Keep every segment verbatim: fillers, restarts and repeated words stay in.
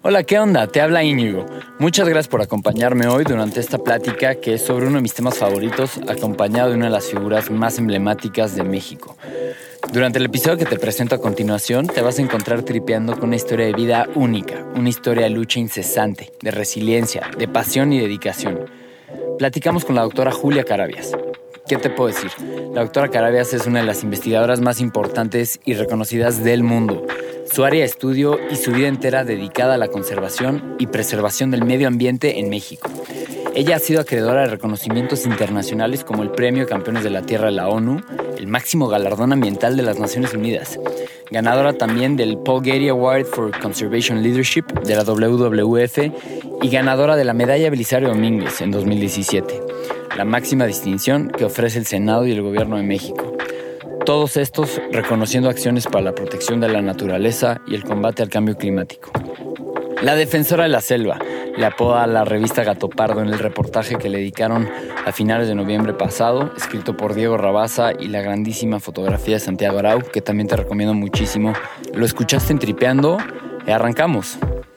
Hola, ¿qué onda? Te habla Íñigo. Muchas gracias por acompañarme hoy durante esta plática que es sobre uno de mis temas favoritos, acompañado de una de las figuras más emblemáticas de México. Durante el episodio que te presento a continuación, te vas a encontrar tripeando con una historia de vida única, una historia de lucha incesante, de resiliencia, de pasión y dedicación. Platicamos con la doctora Julia Carabias. ¿Qué te puedo decir? La doctora Carabias es una de las investigadoras más importantes y reconocidas del mundo. Su área de estudio y su vida entera dedicada a la conservación y preservación del medio ambiente en México. Ella ha sido acreedora de reconocimientos internacionales como el Premio Campeones de la Tierra de la ONU, el máximo galardón ambiental de las Naciones Unidas, ganadora también del Paul Getty Award for Conservation Leadership de la W W F y ganadora de la Medalla Belisario Domínguez en dos mil diecisiete, la máxima distinción que ofrece el Senado y el Gobierno de México. Todos estos reconociendo acciones para la protección de la naturaleza y el combate al cambio climático. La defensora de la selva, le apoda a la revista Gato Pardo en el reportaje que le dedicaron a finales de noviembre pasado, escrito por Diego Rabasa, y la grandísima fotografía de Santiago Arau, que también te recomiendo muchísimo. ¿Lo escuchaste en Tripeando? Y arrancamos.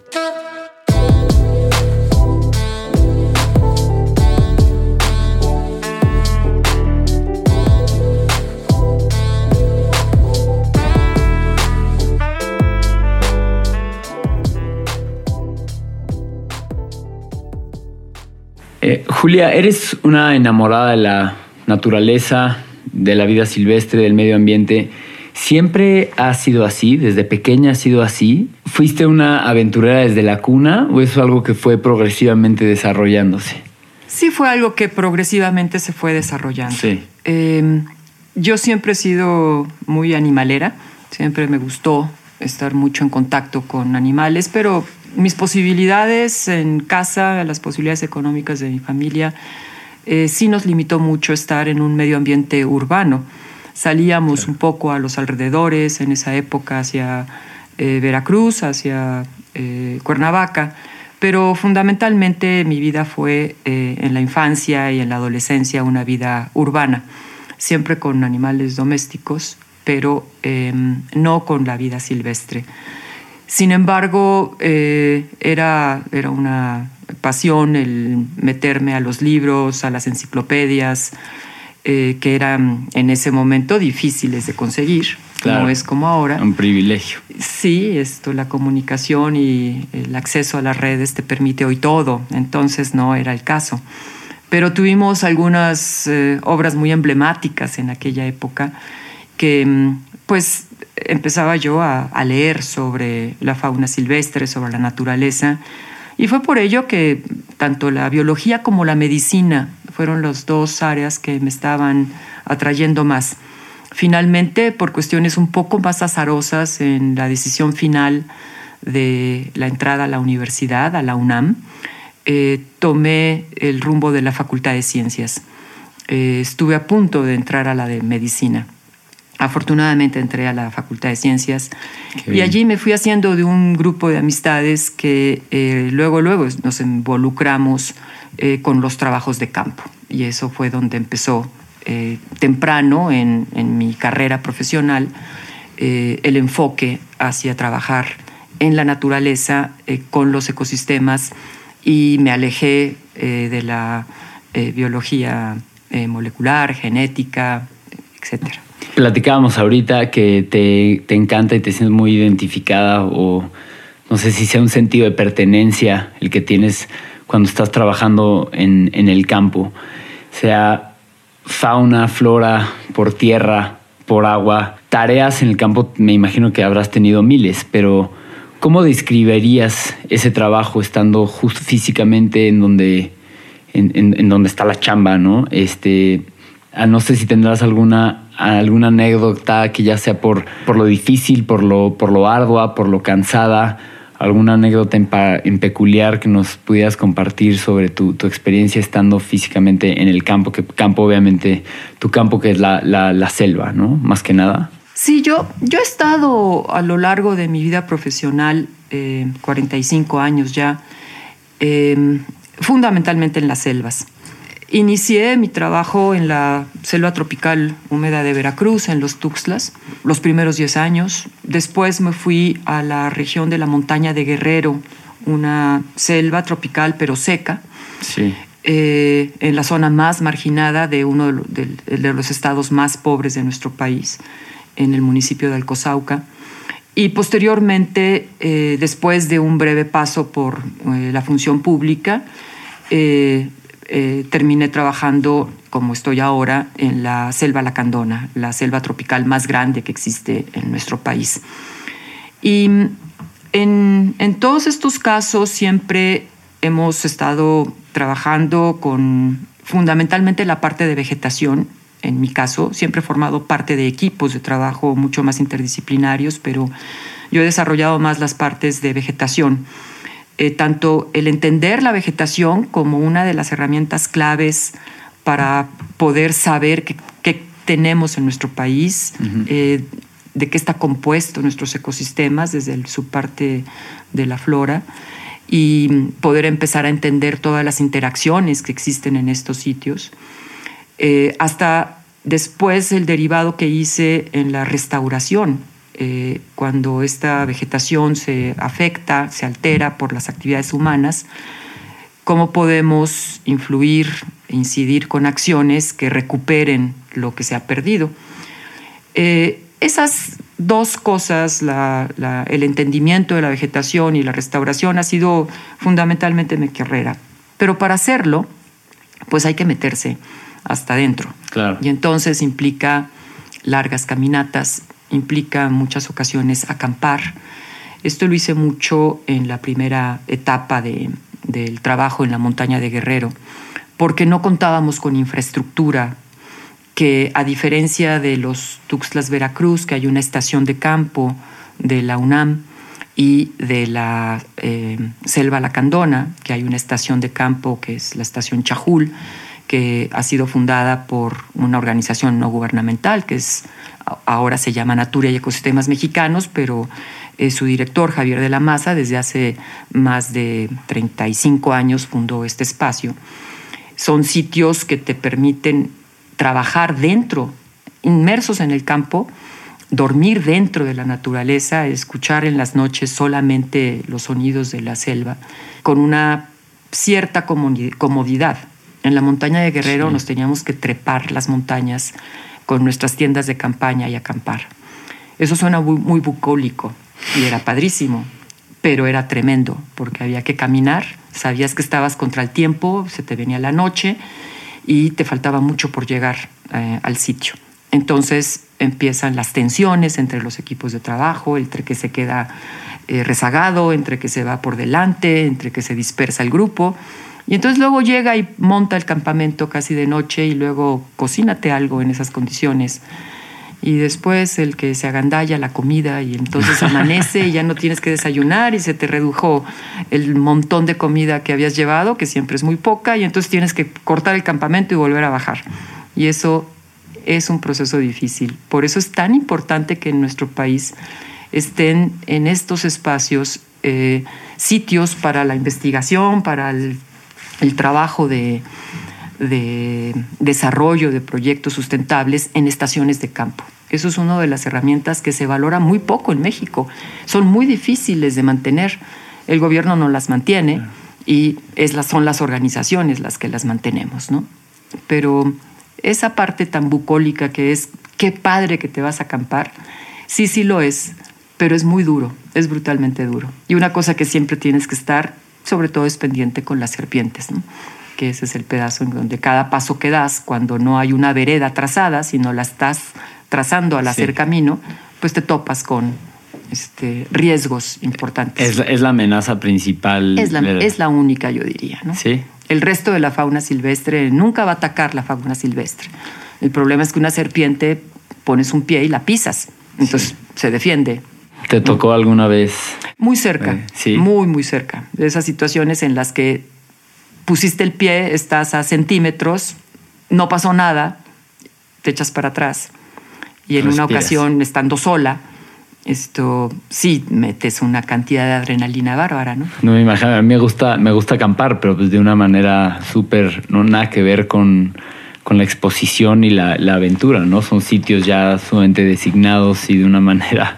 Eh, Julia, eres una enamorada de la naturaleza, de la vida silvestre, del medio ambiente. ¿Siempre ha sido así? ¿Desde pequeña ha sido así? ¿Fuiste una aventurera desde la cuna o es algo que fue progresivamente desarrollándose? Sí, fue algo que progresivamente se fue desarrollando. Sí. Eh, yo siempre he sido muy animalera. Siempre me gustó estar mucho en contacto con animales, pero mis posibilidades en casa, las posibilidades económicas de mi familia, eh, sí nos limitó mucho estar en un medio ambiente urbano. Salíamos claro. un poco a los alrededores en esa época hacia eh, Veracruz, hacia eh, Cuernavaca, pero fundamentalmente mi vida fue eh, en la infancia y en la adolescencia una vida urbana, siempre con animales domésticos, pero eh, no con la vida silvestre. Sin embargo, eh, era, era una pasión el meterme a los libros, a las enciclopedias, eh, que eran en ese momento difíciles de conseguir. Claro, no es como ahora. Un privilegio. Sí, esto, la comunicación y el acceso a las redes te permite hoy todo, entonces no era el caso. Pero tuvimos algunas eh, obras muy emblemáticas en aquella época que, pues, empezaba yo a, a leer sobre la fauna silvestre, sobre la naturaleza, y fue por ello que tanto la biología como la medicina fueron las dos áreas que me estaban atrayendo más. Finalmente, por cuestiones un poco más azarosas en la decisión final de la entrada a la universidad, a la UNAM, eh, tomé el rumbo de la Facultad de Ciencias. Eh, estuve a punto de entrar a la de medicina. Afortunadamente entré a la Facultad de Ciencias y allí me fui haciendo de un grupo de amistades que eh, luego, luego nos involucramos eh, con los trabajos de campo. Y eso fue donde empezó eh, temprano en, en mi carrera profesional eh, el enfoque hacia trabajar en la naturaleza, eh, con los ecosistemas, y me alejé eh, de la eh, biología eh, molecular, genética, etcétera. Platicábamos ahorita que te, te encanta y te sientes muy identificada, o no sé si sea un sentido de pertenencia el que tienes cuando estás trabajando en, en el campo, sea fauna, flora, por tierra, por agua. Tareas en el campo me imagino que habrás tenido miles, pero ¿cómo describirías ese trabajo estando justo físicamente en donde, en, en, en donde está la chamba, ¿no? Este, no sé si tendrás alguna alguna anécdota que ya sea por, por lo difícil, por lo, por lo ardua, por lo cansada, alguna anécdota en, pa, en peculiar que nos pudieras compartir sobre tu, tu experiencia estando físicamente en el campo, que campo obviamente, tu campo que es la, la, la selva, ¿no? Más que nada. Sí, yo, yo he estado a lo largo de mi vida profesional, eh, cuarenta y cinco años ya, eh, fundamentalmente en las selvas. Inicié mi trabajo en la selva tropical húmeda de Veracruz, en los Tuxtlas, los primeros diez años. Después me fui a la región de la montaña de Guerrero, una selva tropical pero seca, sí. eh, en la zona más marginada de uno de, de, de los estados más pobres de nuestro país, en el municipio de Alcozauca. Y posteriormente, eh, después de un breve paso por eh, la función pública, eh, eh, terminé trabajando, como estoy ahora, en la selva lacandona, la selva tropical más grande que existe en nuestro país. Y en, en todos estos casos siempre hemos estado trabajando con fundamentalmente la parte de vegetación. En mi caso, siempre he formado parte de equipos de trabajo mucho más interdisciplinarios, pero yo he desarrollado más las partes de vegetación. Eh, tanto el entender la vegetación como una de las herramientas claves para poder saber qué, qué tenemos en nuestro país, uh-huh. eh, de qué está compuesto nuestros ecosistemas desde el, su parte de la flora, y poder empezar a entender todas las interacciones que existen en estos sitios. Eh, hasta después el derivado que hice en la restauración, eh, cuando esta vegetación se afecta, se altera por las actividades humanas, cómo podemos influir e incidir con acciones que recuperen lo que se ha perdido. Eh, esas dos cosas, la, la, el entendimiento de la vegetación y la restauración, ha sido fundamentalmente mi carrera. Pero para hacerlo, pues hay que meterse hasta adentro. Claro. Y entonces implica largas caminatas, implica en muchas ocasiones acampar. Esto lo hice mucho en la primera etapa de, del trabajo en la montaña de Guerrero, porque no contábamos con infraestructura, que a diferencia de los Tuxtlas Veracruz, que hay una estación de campo de la UNAM, y de la eh, selva lacandona, que hay una estación de campo que es la estación Chajul, que ha sido fundada por una organización no gubernamental, que es, ahora se llama Natura y Ecosistemas Mexicanos, pero eh, su director, Javier de la Maza, desde hace más de treinta y cinco años fundó este espacio. Son sitios que te permiten trabajar dentro, inmersos en el campo, dormir dentro de la naturaleza, escuchar en las noches solamente los sonidos de la selva, con una cierta comodidad. En la montaña de Guerrero sí. nos teníamos que trepar las montañas con nuestras tiendas de campaña y acampar. Eso suena muy, muy bucólico y era padrísimo, pero era tremendo porque había que caminar, sabías que estabas contra el tiempo, se te venía la noche y te faltaba mucho por llegar eh, al sitio. Entonces empiezan las tensiones entre los equipos de trabajo, entre que se queda eh, rezagado, entre que se va por delante, entre que se dispersa el grupo. Y entonces luego llega y monta el campamento casi de noche y luego cocínate algo en esas condiciones. Y después el que se agandalla la comida y entonces amanece y ya no tienes que desayunar y se te redujo el montón de comida que habías llevado, que siempre es muy poca, y entonces tienes que cortar el campamento y volver a bajar. Y eso es un proceso difícil. Por eso es tan importante que en nuestro país estén en estos espacios eh, sitios para la investigación, para el el trabajo de, de desarrollo de proyectos sustentables en estaciones de campo. Eso es una de las herramientas que se valora muy poco en México. Son muy difíciles de mantener. El gobierno no las mantiene y es la, son las organizaciones las que las mantenemos, ¿no? Pero esa parte tan bucólica que es qué padre que te vas a acampar, sí, sí lo es, pero es muy duro, es brutalmente duro. Y una cosa que siempre tienes que estar sobre todo es pendiente con las serpientes, ¿no? Que ese es el pedazo en donde cada paso que das, cuando no hay una vereda trazada, sino la estás trazando al hacer sí. camino, pues te topas con este, riesgos importantes. Es, es la amenaza principal. Es la, es la única, yo diría, ¿no? Sí. El resto de la fauna silvestre nunca va a atacar la fauna silvestre. El problema es que una serpiente pones un pie y la pisas, entonces sí. se defiende. ¿Te tocó alguna vez? Muy cerca, eh, sí. muy, muy cerca. De esas situaciones en las que pusiste el pie, estás a centímetros, no pasó nada, te echas para atrás. Y en Respiras. Una ocasión, estando sola, esto sí metes una cantidad de adrenalina bárbara, ¿no? No me imagino, a mí me gusta, me gusta acampar, pero pues de una manera súper, no nada que ver con, con la exposición y la, la aventura, ¿no? Son sitios ya sumamente designados y de una manera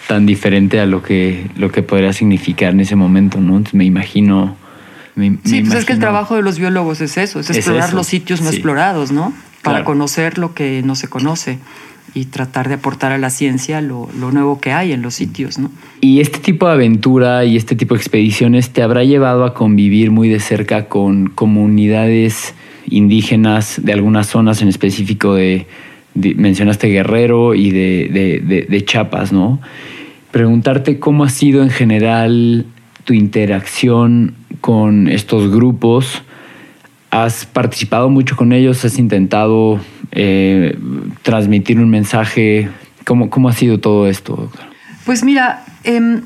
tan diferente a lo que, lo que podría significar en ese momento, ¿no? Entonces me imagino... Me, sí, me pues imagino... es que el trabajo de los biólogos es eso, es explorar es eso, los sitios no sí. explorados, ¿no? Para claro. conocer lo que no se conoce y tratar de aportar a la ciencia lo, lo nuevo que hay en los sitios, ¿no? Y este tipo de aventura y este tipo de expediciones te habrá llevado a convivir muy de cerca con comunidades indígenas de algunas zonas en específico de, de mencionaste Guerrero y de, de, de, de Chiapas, ¿no? Preguntarte cómo ha sido en general tu interacción con estos grupos. ¿Has participado mucho con ellos? ¿Has intentado eh, transmitir un mensaje? ¿Cómo, cómo ha sido todo esto, doctor? Pues mira, eh,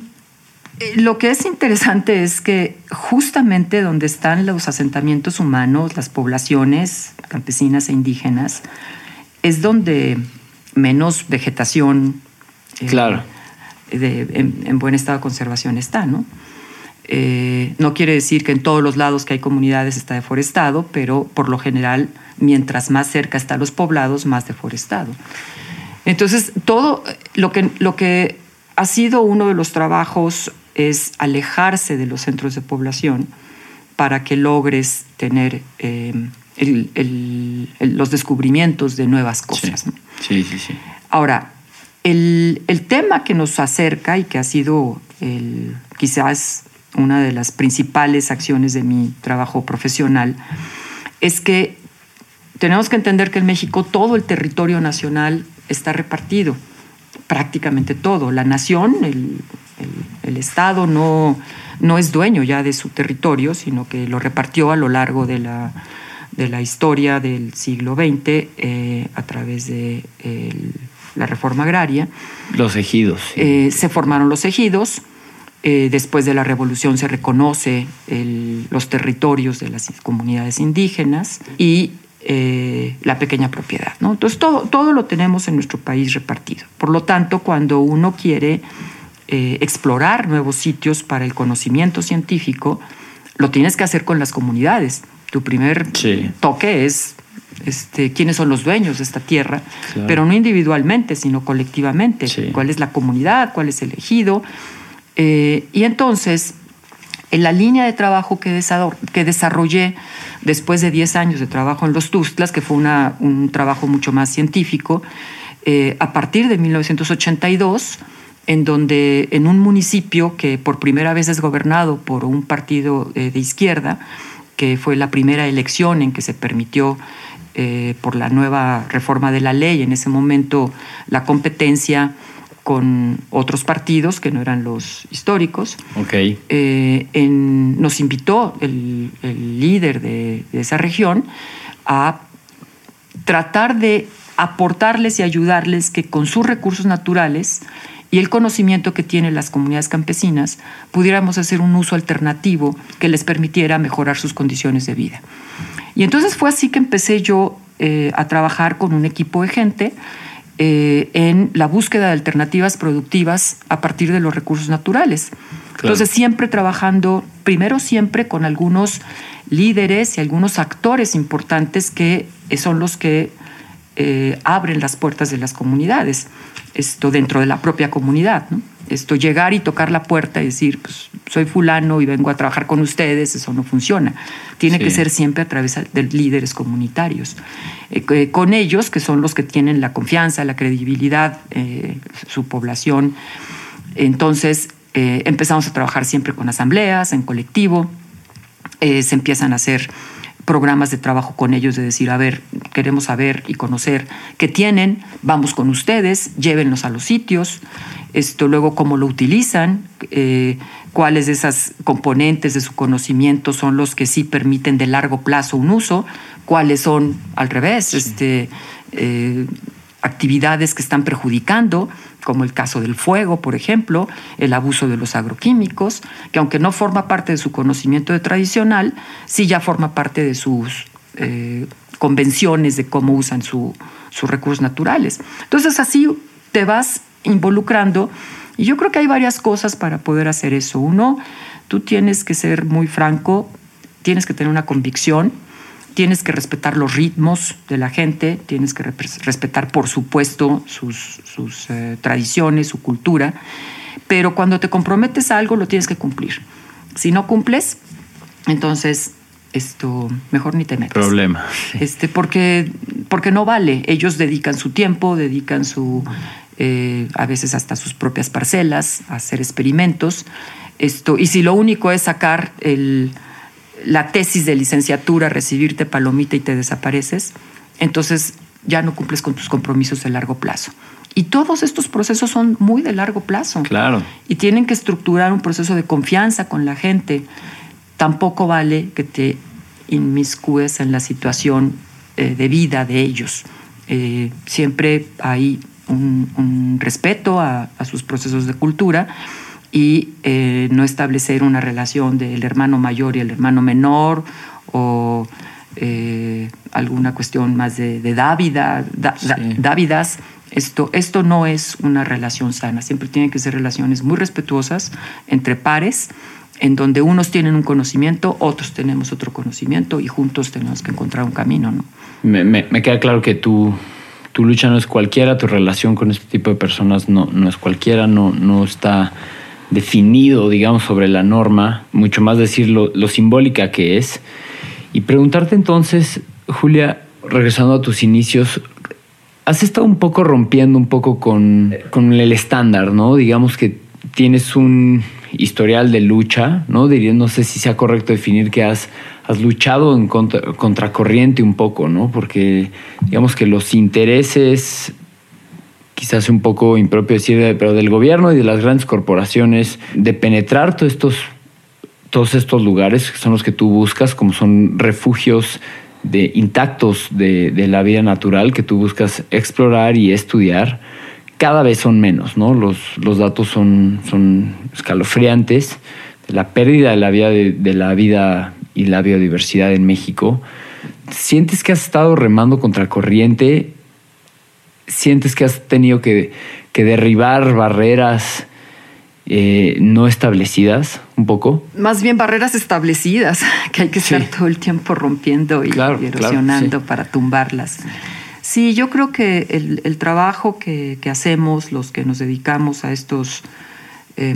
lo que es interesante es que justamente donde están los asentamientos humanos, las poblaciones campesinas e indígenas, es donde menos vegetación eh, claro. de, en, en buen estado de conservación está, ¿no? Eh, no quiere decir que en todos los lados que hay comunidades está deforestado, pero por lo general, mientras más cerca están los poblados, más deforestado. Entonces, todo lo que, lo que ha sido uno de los trabajos es alejarse de los centros de población para que logres tener eh, el, el, el, los descubrimientos de nuevas cosas. Sí, ¿no? sí, sí, sí. Ahora, el, el tema que nos acerca y que ha sido el, quizás una de las principales acciones de mi trabajo profesional es que tenemos que entender que en México todo el territorio nacional está repartido, prácticamente todo. La nación, el, el, el Estado no, no es dueño ya de su territorio, sino que lo repartió a lo largo de la, de la historia del siglo veinte eh, a través de el, la reforma agraria. Los ejidos. Sí. Eh, se formaron los ejidos. Eh, después de la revolución se reconoce el, los territorios de las comunidades indígenas y eh, la pequeña propiedad, ¿no? Entonces todo, todo lo tenemos en nuestro país repartido. Por lo tanto, cuando uno quiere eh, explorar nuevos sitios para el conocimiento científico, lo tienes que hacer con las comunidades. Tu primer sí. toque es este, quiénes son los dueños de esta tierra, claro. pero no individualmente, sino colectivamente. Sí. ¿Cuál es la comunidad? ¿Cuál es el ejido? Eh, y entonces, en la línea de trabajo que, desa- que desarrollé después de diez años de trabajo en los Tuxtlas, que fue una, un trabajo mucho más científico, eh, a partir de mil novecientos ochenta y dos, en donde en un municipio que por primera vez es gobernado por un partido eh, de izquierda, que fue la primera elección en que se permitió eh, por la nueva reforma de la ley, en ese momento la competencia con otros partidos que no eran los históricos. Okay. Eh, en, nos invitó el, el líder de, de esa región a tratar de aportarles y ayudarles que con sus recursos naturales y el conocimiento que tienen las comunidades campesinas pudiéramos hacer un uso alternativo que les permitiera mejorar sus condiciones de vida. Y entonces fue así que empecé yo eh, a trabajar con un equipo de gente Eh, en la búsqueda de alternativas productivas a partir de los recursos naturales. Claro. Entonces, siempre trabajando, primero siempre con algunos líderes y algunos actores importantes que son los que eh, abren las puertas de las comunidades, esto dentro de la propia comunidad, ¿no? Esto, llegar y tocar la puerta y decir, pues, soy fulano y vengo a trabajar con ustedes, eso no funciona. Tiene sí. que ser siempre a través de líderes comunitarios. Eh, con ellos, que son los que tienen la confianza, la credibilidad, eh, su población. Entonces, eh, empezamos a trabajar siempre con asambleas, en colectivo. Eh, se empiezan a hacer programas de trabajo con ellos, de decir, a ver, queremos saber y conocer qué tienen, vamos con ustedes, llévenlos a los sitios, esto luego cómo lo utilizan, eh, cuáles de esas componentes de su conocimiento son los que sí permiten de largo plazo un uso, cuáles son al revés, sí. este, eh, actividades que están perjudicando, como el caso del fuego, por ejemplo, el abuso de los agroquímicos, que aunque no forma parte de su conocimiento de tradicional, sí ya forma parte de sus eh, convenciones de cómo usan su, sus recursos naturales. Entonces así te vas involucrando y yo creo que hay varias cosas para poder hacer eso. Uno, tú tienes que ser muy franco, tienes que tener una convicción tienes que respetar los ritmos de la gente, tienes que respetar, por supuesto, sus, sus eh, tradiciones, su cultura, pero cuando te comprometes a algo lo tienes que cumplir. Si no cumples, entonces esto mejor ni te metes. Problema. Este, porque, porque no vale. Ellos dedican su tiempo, dedican su, eh, a veces hasta sus propias parcelas a hacer experimentos. Esto, y si lo único es sacar el, la tesis de licenciatura, recibirte palomita y te desapareces, entonces ya no cumples con tus compromisos de largo plazo. Y todos estos procesos son muy de largo plazo. Claro. Y tienen que estructurar un proceso de confianza con la gente. Tampoco vale que te inmiscúes en la situación eh, de vida de ellos. Eh, siempre hay un, un respeto a, a sus procesos de cultura y eh, no establecer una relación del hermano mayor y el hermano menor o eh, alguna cuestión más de, de dávida, da, sí. da, dávidas. Esto, esto no es una relación sana. Siempre tienen que ser relaciones muy respetuosas entre pares, en donde unos tienen un conocimiento, otros tenemos otro conocimiento y juntos tenemos que encontrar un camino, ¿no? Me, me, me queda claro que tu, tu lucha no es cualquiera, tu relación con este tipo de personas no, no es cualquiera, no, no está definido, digamos, sobre la norma, mucho más decir lo, lo simbólica que es. Y preguntarte entonces, Julia, regresando a tus inicios, has estado un poco rompiendo un poco con, con el estándar, ¿no? Digamos que tienes un historial de lucha, ¿no? Diría, no sé si sea correcto definir que has, has luchado en contra, contracorriente un poco, ¿no? Porque digamos que los intereses, quizás un poco impropio decir, pero del gobierno y de las grandes corporaciones, de penetrar todos estos, todos estos lugares que son los que tú buscas, como son refugios de intactos de, de la vida natural que tú buscas explorar y estudiar, cada vez son menos, ¿no? Los, los datos son, son escalofriantes de la pérdida de la vida de, de la vida y la biodiversidad en México. ¿Sientes que has estado remando contra corriente? ¿Sientes que has tenido que, que derribar barreras eh, no establecidas un poco? Más bien barreras establecidas, que hay que estar sí. todo el tiempo rompiendo y, claro, y erosionando claro, sí. para tumbarlas. Sí, yo creo que el, el trabajo que, que hacemos, los que nos dedicamos a estos eh,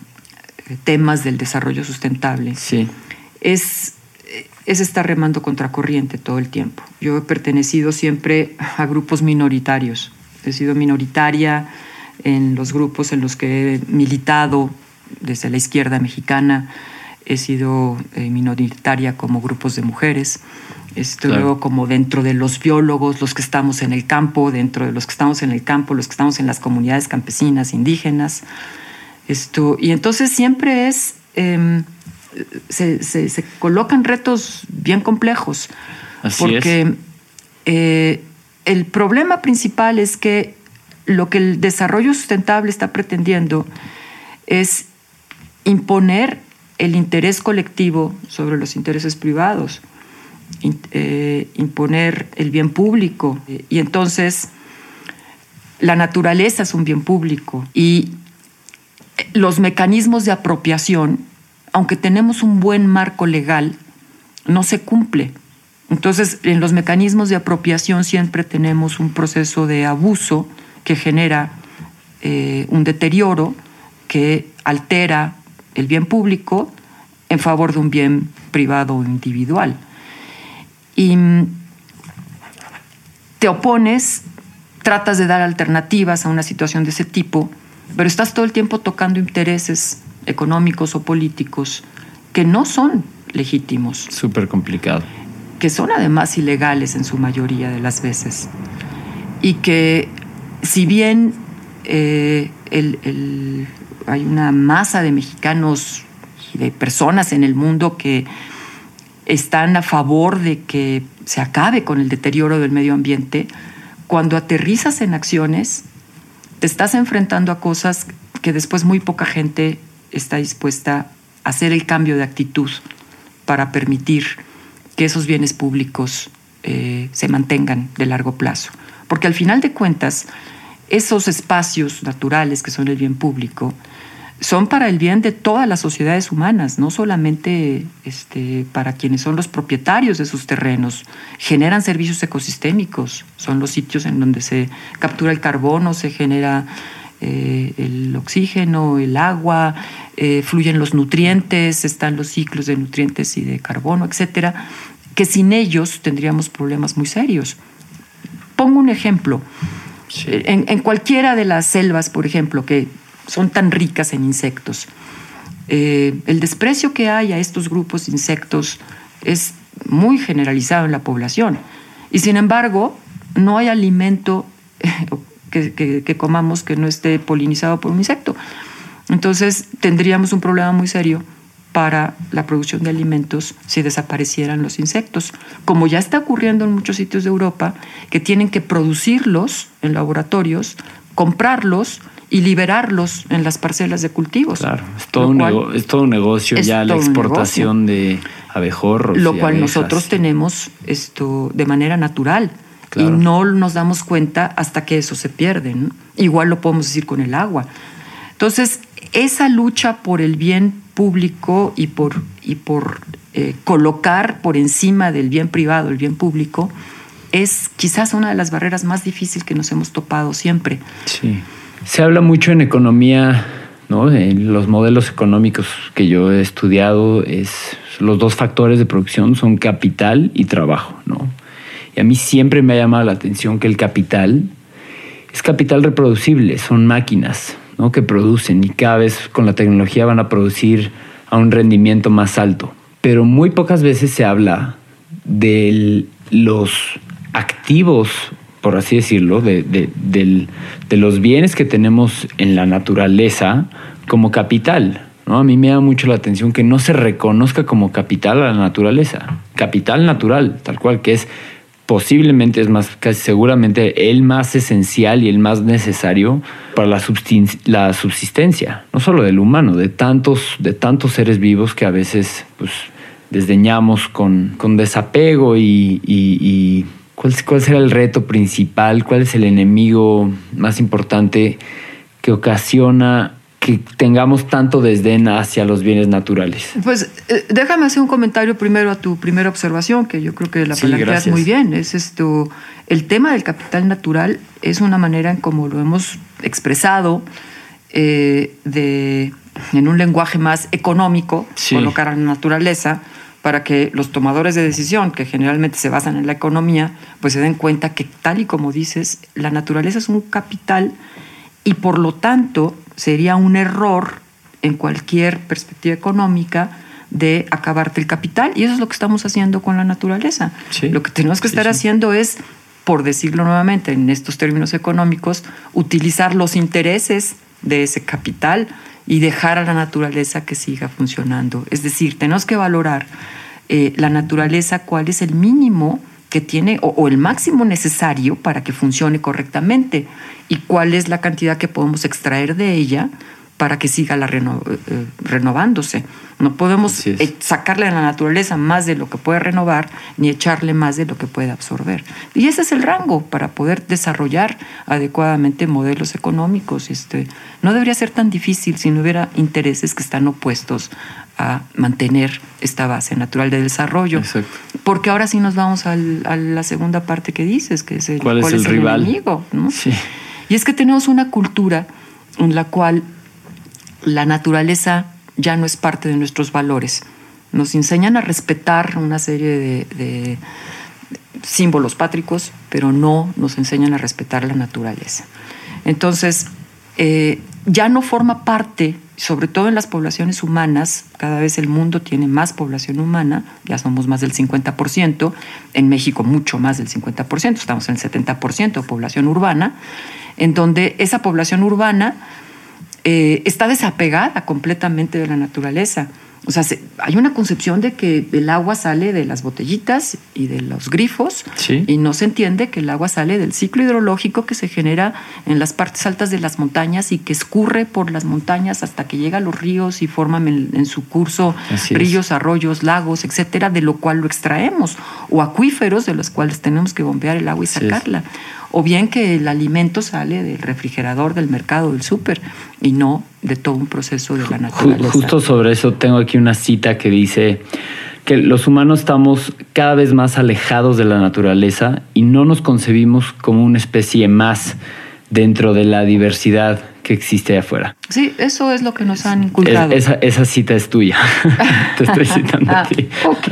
temas del desarrollo sustentable, sí. es, es estar remando contracorriente todo el tiempo. Yo he pertenecido siempre a grupos minoritarios. He sido minoritaria en los grupos en los que he militado desde la izquierda mexicana. He sido eh, minoritaria como grupos de mujeres. Esto claro. Luego como dentro de los biólogos, los que estamos en el campo, dentro de los que estamos en el campo, los que estamos en las comunidades campesinas, indígenas. Esto, y entonces siempre es, eh, se, se, se colocan retos bien complejos. Así porque es. Eh, el problema principal es que lo que el desarrollo sustentable está pretendiendo es imponer el interés colectivo sobre los intereses privados. Eh, imponer el bien público eh, y entonces la naturaleza es un bien público y los mecanismos de apropiación, aunque tenemos un buen marco legal, no se cumple. Entonces en los mecanismos de apropiación siempre tenemos un proceso de abuso que genera eh, un deterioro que altera el bien público en favor de un bien privado o individual. Y te opones, tratas de dar alternativas a una situación de ese tipo, pero estás todo el tiempo tocando intereses económicos o políticos que no son legítimos. Súper complicado. Que son además ilegales en su mayoría de las veces. Y que si bien eh, el, el, hay una masa de mexicanos y de personas en el mundo que están a favor de que se acabe con el deterioro del medio ambiente, cuando aterrizas en acciones, te estás enfrentando a cosas que después muy poca gente está dispuesta a hacer el cambio de actitud para permitir que esos bienes públicos eh, se mantengan de largo plazo. Porque al final de cuentas, esos espacios naturales que son el bien público son para el bien de todas las sociedades humanas, no solamente este, para quienes son los propietarios de sus terrenos. Generan servicios ecosistémicos, son los sitios en donde se captura el carbono, se genera eh, el oxígeno, el agua, eh, fluyen los nutrientes, están los ciclos de nutrientes y de carbono, etcétera, que sin ellos tendríamos problemas muy serios. Pongo un ejemplo. Sí. En, en cualquiera de las selvas, por ejemplo, que son tan ricas en insectos, eh, el desprecio que hay a estos grupos de insectos es muy generalizado en la población. Y sin embargo, no hay alimento que, que, que comamos que no esté polinizado por un insecto. Entonces, tendríamos un problema muy serio para la producción de alimentos si desaparecieran los insectos, como ya está ocurriendo en muchos sitios de Europa, que tienen que producirlos en laboratorios, comprarlos y liberarlos en las parcelas de cultivos. Claro, es todo, un, cual, nego- es todo un negocio ya la exportación de abejorros. Lo y cual abejas, nosotros sí. tenemos esto de manera natural. Claro. Y no nos damos cuenta hasta que eso se pierde, ¿no? Igual lo podemos decir con el agua. Entonces, esa lucha por el bien público y por, y por eh, colocar por encima del bien privado el bien público es quizás una de las barreras más difíciles que nos hemos topado siempre. Sí. Se habla mucho en economía, ¿no? En los modelos económicos que yo he estudiado, es, los dos factores de producción son capital y trabajo, ¿no? Y a mí siempre me ha llamado la atención que el capital es capital reproducible, son máquinas, ¿no? Que producen y cada vez con la tecnología van a producir a un rendimiento más alto. Pero muy pocas veces se habla de los activos, por así decirlo, de, de, de, de los bienes que tenemos en la naturaleza como capital, ¿no? A mí me da mucho la atención que no se reconozca como capital a la naturaleza. Capital natural, tal cual, que es posiblemente, es más, casi seguramente el más esencial y el más necesario para la, subsisten- la subsistencia, no solo del humano, de tantos, de tantos seres vivos que a veces pues, desdeñamos con, con desapego y... y, y ¿Cuál, ¿Cuál será el reto principal? ¿Cuál es el enemigo más importante que ocasiona que tengamos tanto desdén hacia los bienes naturales? Pues eh, déjame hacer un comentario primero a tu primera observación, que yo creo que la sí, planteas muy bien. Es esto, el tema del capital natural es una manera en cómo lo hemos expresado eh, de, en un lenguaje más económico, sí. colocar a la naturaleza, para que los tomadores de decisión, que generalmente se basan en la economía, pues se den cuenta que, tal y como dices, la naturaleza es un capital y por lo tanto sería un error en cualquier perspectiva económica de acabarte el capital. Y eso es lo que estamos haciendo con la naturaleza. Sí. Lo que tenemos que sí, estar sí. haciendo es, por decirlo nuevamente en estos términos económicos, utilizar los intereses de ese capital y dejar a la naturaleza que siga funcionando. Es decir, tenemos que valorar eh, la naturaleza, cuál es el mínimo que tiene o, o el máximo necesario para que funcione correctamente y cuál es la cantidad que podemos extraer de ella para que siga la reno, eh, renovándose. No podemos eh, sacarle a la naturaleza más de lo que puede renovar ni echarle más de lo que puede absorber. Y ese es el rango para poder desarrollar adecuadamente modelos económicos. Este, no debería ser tan difícil si no hubiera intereses que están opuestos a mantener esta base natural de desarrollo. Exacto. Porque ahora sí nos vamos al, a la segunda parte que dices, que es el, ¿cuál es cuál el es el rival? enemigo, ¿no? Sí. Y es que tenemos una cultura en la cual la naturaleza ya no es parte de nuestros valores. Nos enseñan a respetar una serie de, de símbolos pátricos, pero no nos enseñan a respetar la naturaleza. Entonces, eh, ya no forma parte, sobre todo en las poblaciones humanas, cada vez el mundo tiene más población humana, ya somos más del cincuenta por ciento, en México mucho más del cincuenta por ciento, estamos en el setenta por ciento de población urbana, en donde esa población urbana Eh, está desapegada completamente de la naturaleza. O sea, se, hay una concepción de que el agua sale de las botellitas y de los grifos, sí. y no se entiende que el agua sale del ciclo hidrológico que se genera en las partes altas de las montañas y que escurre por las montañas hasta que llega a los ríos y forman en, en su curso Así ríos, es. arroyos, lagos, etcétera, de lo cual lo extraemos, o acuíferos de los cuales tenemos que bombear el agua y sacarla. O bien que el alimento sale del refrigerador, del mercado, del súper, y no de todo un proceso de la naturaleza. Justo sobre eso tengo aquí una cita que dice que los humanos estamos cada vez más alejados de la naturaleza y no nos concebimos como una especie más dentro de la diversidad que existe afuera. Sí, eso es lo que nos han inculcado. Es, esa, esa cita es tuya. Te estoy citando ah, a ti. Ok.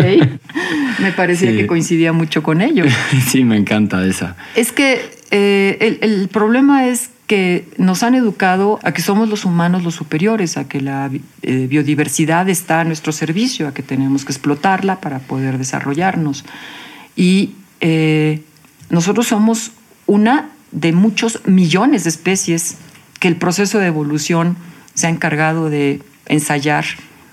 Me parecía sí. que coincidía mucho con ello. Sí, me encanta esa. Es que eh, el, el problema es que nos han educado a que somos los humanos los superiores, a que la eh, biodiversidad está a nuestro servicio, a que tenemos que explotarla para poder desarrollarnos. Y eh, nosotros somos una de muchos millones de especies que el proceso de evolución se ha encargado de ensayar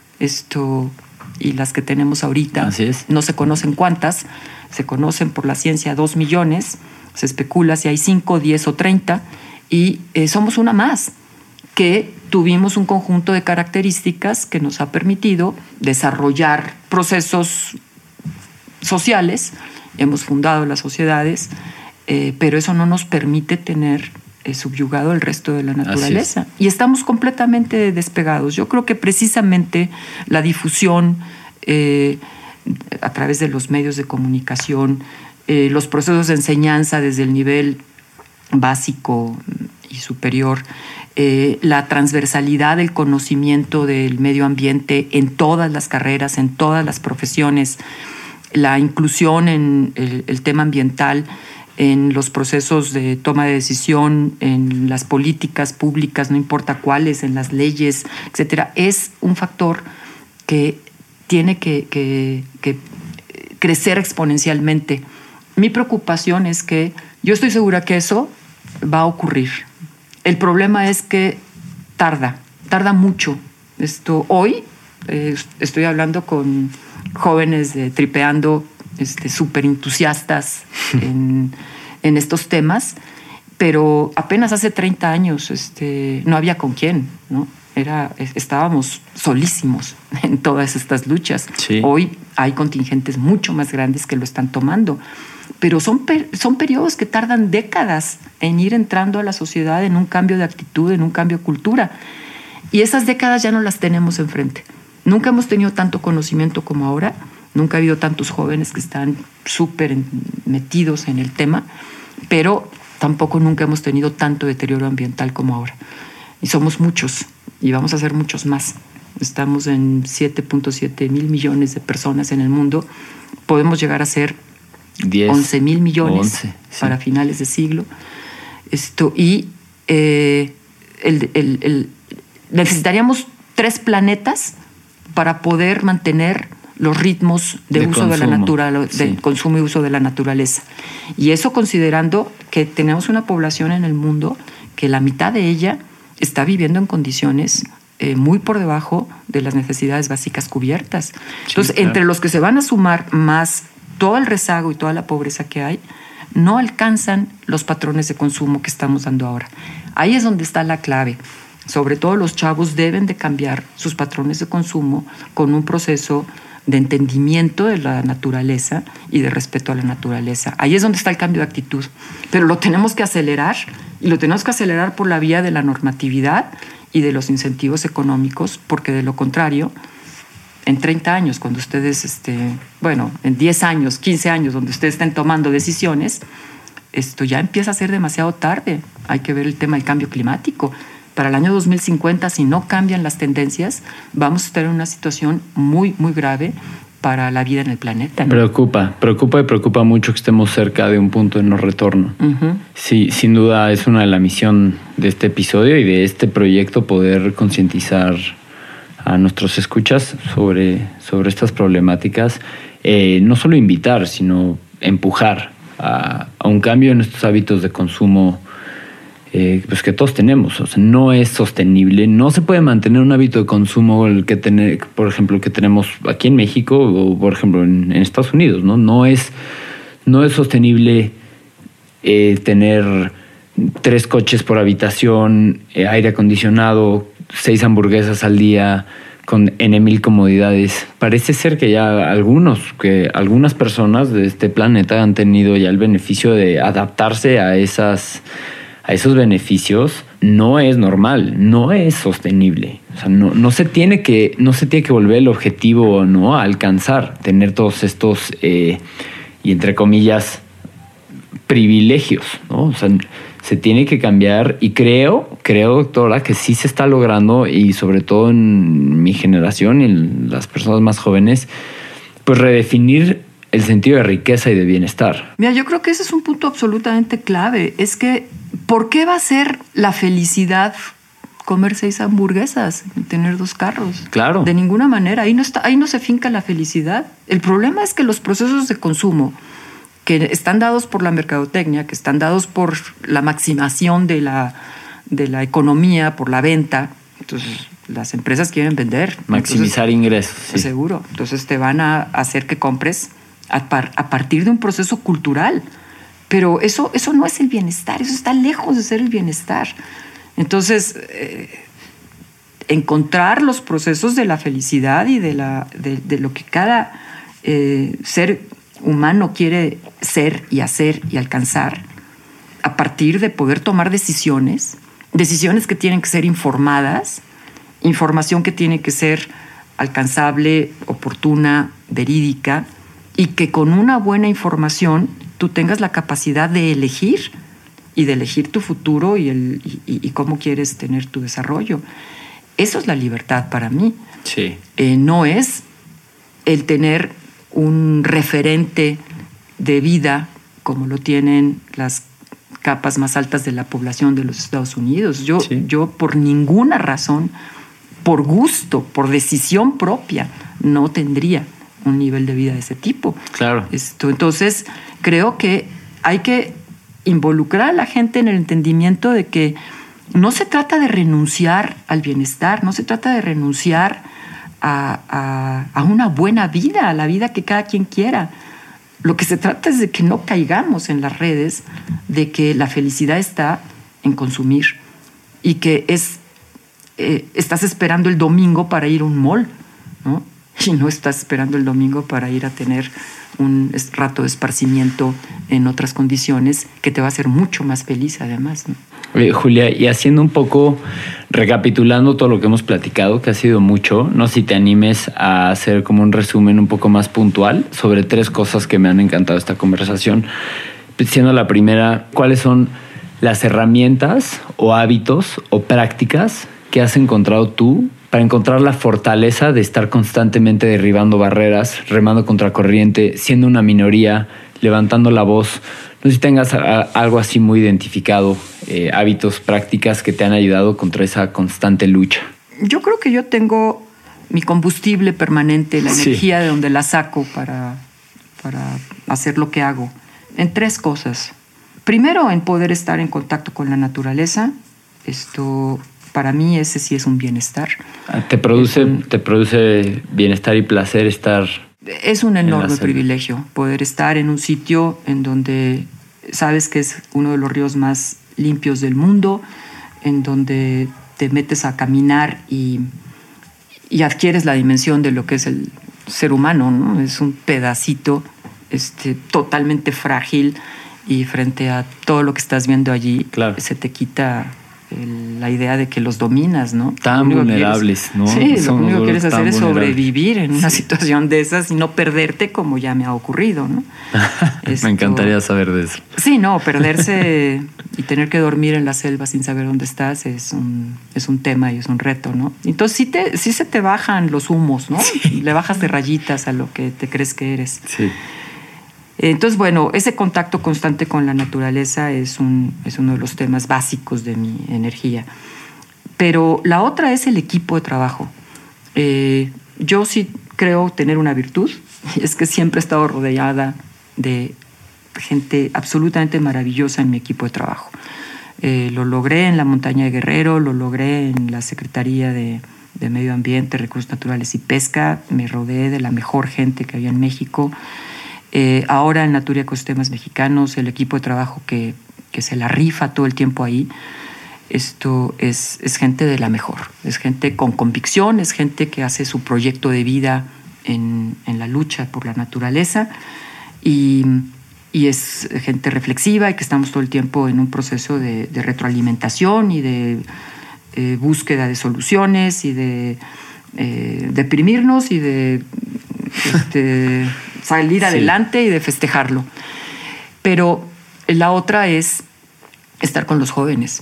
esto, y las que tenemos ahorita. Así es. No se conocen cuántas, se conocen por la ciencia dos millones, se especula si hay cinco, diez o treinta, y eh, somos una más, que tuvimos un conjunto de características que nos ha permitido desarrollar procesos sociales, hemos fundado las sociedades, eh, pero eso no nos permite tener subyugado el resto de la naturaleza. Es. Y estamos completamente despegados. Yo creo que precisamente la difusión eh, a través de los medios de comunicación, eh, los procesos de enseñanza desde el nivel básico y superior, eh, la transversalidad del conocimiento del medio ambiente en todas las carreras, en todas las profesiones, la inclusión en el, el tema ambiental, en los procesos de toma de decisión, en las políticas públicas, no importa cuáles, en las leyes, etcétera, es un factor que tiene que, que, que crecer exponencialmente. Mi preocupación es que yo estoy segura que eso va a ocurrir. El problema es que tarda, tarda mucho. Esto, hoy eh, estoy hablando con jóvenes de Tripeando, Este, súper entusiastas en, en estos temas, pero apenas hace treinta años este, no había con quién, ¿no? Era, estábamos solísimos en todas estas luchas. Sí. Hoy hay contingentes mucho más grandes que lo están tomando, pero son, per, son periodos que tardan décadas en ir entrando a la sociedad en un cambio de actitud, en un cambio de cultura, y esas décadas ya no las tenemos enfrente. Nunca hemos tenido tanto conocimiento como ahora. Nunca ha habido tantos jóvenes que están súper metidos en el tema, pero tampoco nunca hemos tenido tanto deterioro ambiental como ahora. Y somos muchos, y vamos a ser muchos más. Estamos en siete punto siete mil millones de personas en el mundo. Podemos llegar a ser once mil millones once, sí. para finales de siglo. Esto, y eh, el, el, el, necesitaríamos tres planetas para poder mantener los ritmos de, de uso consumo, de la naturaleza, de sí. consumo y uso de la naturaleza. Y eso considerando que tenemos una población en el mundo que la mitad de ella está viviendo en condiciones eh, muy por debajo de las necesidades básicas cubiertas. Sí, Entonces, claro. entre los que se van a sumar más todo el rezago y toda la pobreza que hay, no alcanzan los patrones de consumo que estamos dando ahora. Ahí es donde está la clave. Sobre todo los chavos deben de cambiar sus patrones de consumo con un proceso de entendimiento de la naturaleza y de respeto a la naturaleza. Ahí es donde está el cambio de actitud. Pero lo tenemos que acelerar, y lo tenemos que acelerar por la vía de la normatividad y de los incentivos económicos, porque de lo contrario, en treinta años, cuando ustedes, este, bueno, en diez años, quince años, donde ustedes estén tomando decisiones, esto ya empieza a ser demasiado tarde. Hay que ver el tema del cambio climático. Para el año dos mil cincuenta, si no cambian las tendencias, vamos a estar en una situación muy, muy grave para la vida en el planeta, ¿no? Preocupa, preocupa y preocupa mucho que estemos cerca de un punto de no retorno. Uh-huh. Sí, sin duda es una de la misión de este episodio y de este proyecto poder concientizar a nuestros escuchas sobre, sobre estas problemáticas. Eh, no solo invitar, sino empujar a, a un cambio en estos hábitos de consumo Eh, pues que todos tenemos. O sea, no es sostenible, no se puede mantener un hábito de consumo el que tener, por ejemplo, el que tenemos aquí en México o por ejemplo en, en Estados Unidos, ¿no? No es, no es sostenible eh, tener tres coches por habitación, eh, aire acondicionado, seis hamburguesas al día, con N mil comodidades. Parece ser que ya algunos, que algunas personas de este planeta han tenido ya el beneficio de adaptarse a esas a esos beneficios no es normal, no es sostenible. O sea, no, no se tiene que, no se tiene que volver el objetivo, ¿no?, a alcanzar, tener todos estos, eh, y entre comillas, privilegios, ¿no? O sea, se tiene que cambiar y creo, creo, doctora, que sí se está logrando y sobre todo en mi generación y en las personas más jóvenes, pues redefinir el sentido de riqueza y de bienestar. Mira, yo creo que ese es un punto absolutamente clave. Es que, ¿por qué va a ser la felicidad comer seis hamburguesas y tener dos carros? Claro. De ninguna manera. Ahí no está, ahí no se finca la felicidad. El problema es que los procesos de consumo que están dados por la mercadotecnia, que están dados por la maximación de la, de la economía, por la venta. Entonces, las empresas quieren vender. Maximizar Entonces, ingresos. Sí. Seguro. Entonces, te van a hacer que compres a, par, a partir de un proceso cultural. Pero eso, eso no es el bienestar, eso está lejos de ser el bienestar. Entonces, eh, encontrar los procesos de la felicidad y de, la, de, de lo que cada eh, ser humano quiere ser y hacer y alcanzar a partir de poder tomar decisiones, decisiones que tienen que ser informadas, información que tiene que ser alcanzable, oportuna, verídica, y que con una buena información tú tengas la capacidad de elegir y de elegir tu futuro y, el, y, y cómo quieres tener tu desarrollo. Eso es la libertad para mí. Sí. Eh, no es el tener un referente de vida como lo tienen las capas más altas de la población de los Estados Unidos. Yo, sí. yo por ninguna razón, por gusto, por decisión propia, no tendría un nivel de vida de ese tipo. Claro. Esto, entonces, creo que hay que involucrar a la gente en el entendimiento de que no se trata de renunciar al bienestar, no se trata de renunciar a, a, a una buena vida, a la vida que cada quien quiera. Lo que se trata es de que no caigamos en las redes de que la felicidad está en consumir y que es, eh, estás esperando el domingo para ir a un mall, ¿no? Y no estás esperando el domingo para ir a tener un rato de esparcimiento en otras condiciones que te va a hacer mucho más feliz además, ¿no? Oye, Julia, y haciendo un poco, recapitulando todo lo que hemos platicado, que ha sido mucho, no sé si te animes a hacer como un resumen un poco más puntual sobre tres cosas que me han encantado de esta conversación. Siendo la primera, ¿cuáles son las herramientas o hábitos o prácticas que has encontrado tú para encontrar la fortaleza de estar constantemente derribando barreras, remando contracorriente, siendo una minoría, levantando la voz? No sé si tengas a, algo así muy identificado, eh, hábitos, prácticas que te han ayudado contra esa constante lucha. Yo creo que yo tengo mi combustible permanente, la sí. energía de donde la saco para, para hacer lo que hago, en tres cosas. Primero, en poder estar en contacto con la naturaleza. Esto, para mí, ese sí es un bienestar. ¿Te produce, un, te produce bienestar y placer estar...? Es un enorme privilegio poder estar en un sitio en donde sabes que es uno de los ríos más limpios del mundo, en donde te metes a caminar y, y adquieres la dimensión de lo que es el ser humano, ¿no? Es un pedacito este, totalmente frágil y frente a todo lo que estás viendo allí, claro, se te quita el, la idea de que los dominas, ¿no? Tan vulnerables, quieres, ¿no? Sí, Somos lo único que quieres hacer es sobrevivir en una sí. situación de esas y no perderte como ya me ha ocurrido, ¿no? Esto, me encantaría saber de eso. Sí, no, perderse y tener que dormir en la selva sin saber dónde estás es un, es un tema y es un reto, ¿no? Entonces sí, te, sí se te bajan los humos, ¿no? Sí. Le bajas de rayitas a lo que te crees que eres. Sí. Entonces, bueno, ese contacto constante con la naturaleza es, un, es uno de los temas básicos de mi energía. Pero la otra es el equipo de trabajo. Eh, yo sí creo tener una virtud, y es que siempre he estado rodeada de gente absolutamente maravillosa en mi equipo de trabajo. Eh, lo logré en la montaña de Guerrero, lo logré en la Secretaría de, de Medio Ambiente, Recursos Naturales y Pesca. Me rodeé de la mejor gente que había en México. Eh, ahora en Natura Ecosistemas Mexicanos, el equipo de trabajo que, que se la rifa todo el tiempo ahí, esto es, es gente de la mejor, es gente con convicción, es gente que hace su proyecto de vida en, en la lucha por la naturaleza y, y es gente reflexiva y que estamos todo el tiempo en un proceso de, de retroalimentación y de eh, búsqueda de soluciones y de eh, deprimirnos y de este, salir adelante sí. y de festejarlo. Pero la otra es estar con los jóvenes.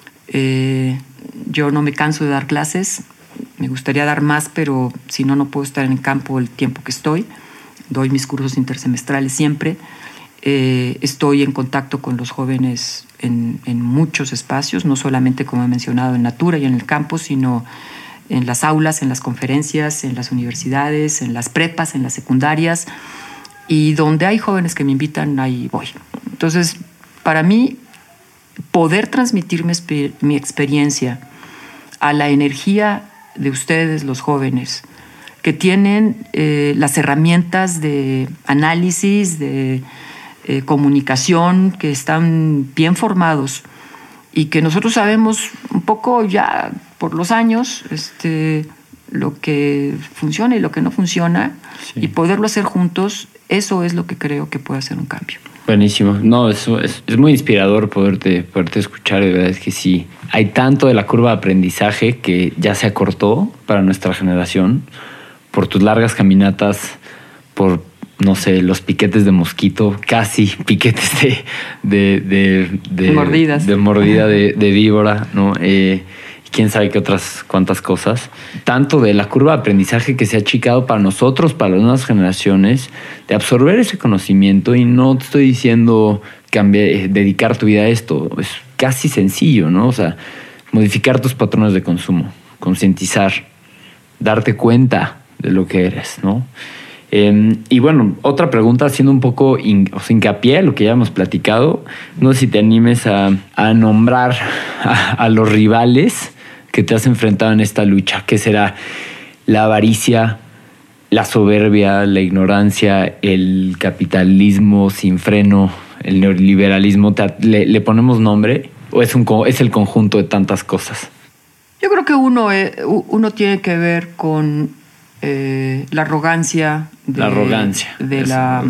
Eh, yo no me canso de dar clases, me gustaría dar más, pero si no, no puedo estar en el campo el tiempo que estoy. Doy mis cursos intersemestrales siempre. Eh, estoy en contacto con los jóvenes en, en muchos espacios, no solamente, como he mencionado, en Natura y en el campo, sino en las aulas, en las conferencias, en las universidades, en las prepas, en las secundarias. Y donde hay jóvenes que me invitan, ahí voy. Entonces, para mí, poder transmitir mi, mi experiencia a la energía de ustedes, los jóvenes, que tienen eh, las herramientas de análisis, de eh, comunicación, que están bien formados y que nosotros sabemos un poco ya por los años este, lo que funciona y lo que no funciona, sí. y poderlo hacer juntos, eso es lo que creo que puede hacer un cambio. Buenísimo. No, eso es, es muy inspirador poderte, poderte escuchar. De verdad es que sí. Hay tanto de la curva de aprendizaje que ya se acortó para nuestra generación por tus largas caminatas, por, no sé, los piquetes de mosquito, casi piquetes de... de, de, de Mordidas. De mordida de, de víbora, ¿no? Eh, quién sabe qué otras cuantas cosas. Tanto de la curva de aprendizaje que se ha achicado para nosotros, para las nuevas generaciones, de absorber ese conocimiento. Y no te estoy diciendo cambiar, dedicar tu vida a esto. Es casi sencillo, ¿no? O sea, modificar tus patrones de consumo, concientizar, darte cuenta de lo que eres, ¿no? Eh, y bueno, otra pregunta, haciendo un poco in, o sea, hincapié a lo que ya hemos platicado. No sé si te animes a, a nombrar a, a los rivales que te has enfrentado en esta lucha. ¿Qué será? La avaricia, la soberbia, la ignorancia, el capitalismo sin freno, el neoliberalismo. ¿Te, le, ¿Le ponemos nombre o es, un, es el conjunto de tantas cosas? Yo creo que uno, eh, uno tiene que ver con eh, la arrogancia. De, la arrogancia. De la,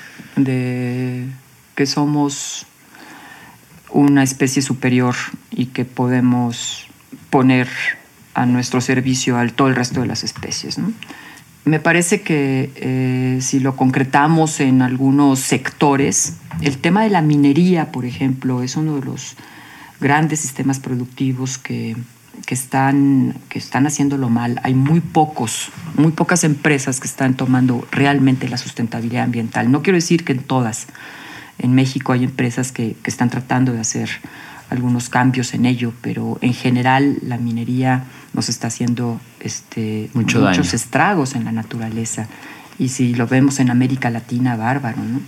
de que somos una especie superior y que podemos poner a nuestro servicio al todo el resto de las especies, ¿no? Me parece que eh, si lo concretamos en algunos sectores, el tema de la minería, por ejemplo, es uno de los grandes sistemas productivos que, que, están, que están haciéndolo mal. Hay muy pocos, muy pocas empresas que están tomando realmente la sustentabilidad ambiental. No quiero decir que en todas. En México hay empresas que, que están tratando de hacer algunos cambios en ello, pero en general la minería nos está haciendo este, Mucho muchos daño. estragos en la naturaleza. Y si lo vemos en América Latina, bárbaro, ¿no?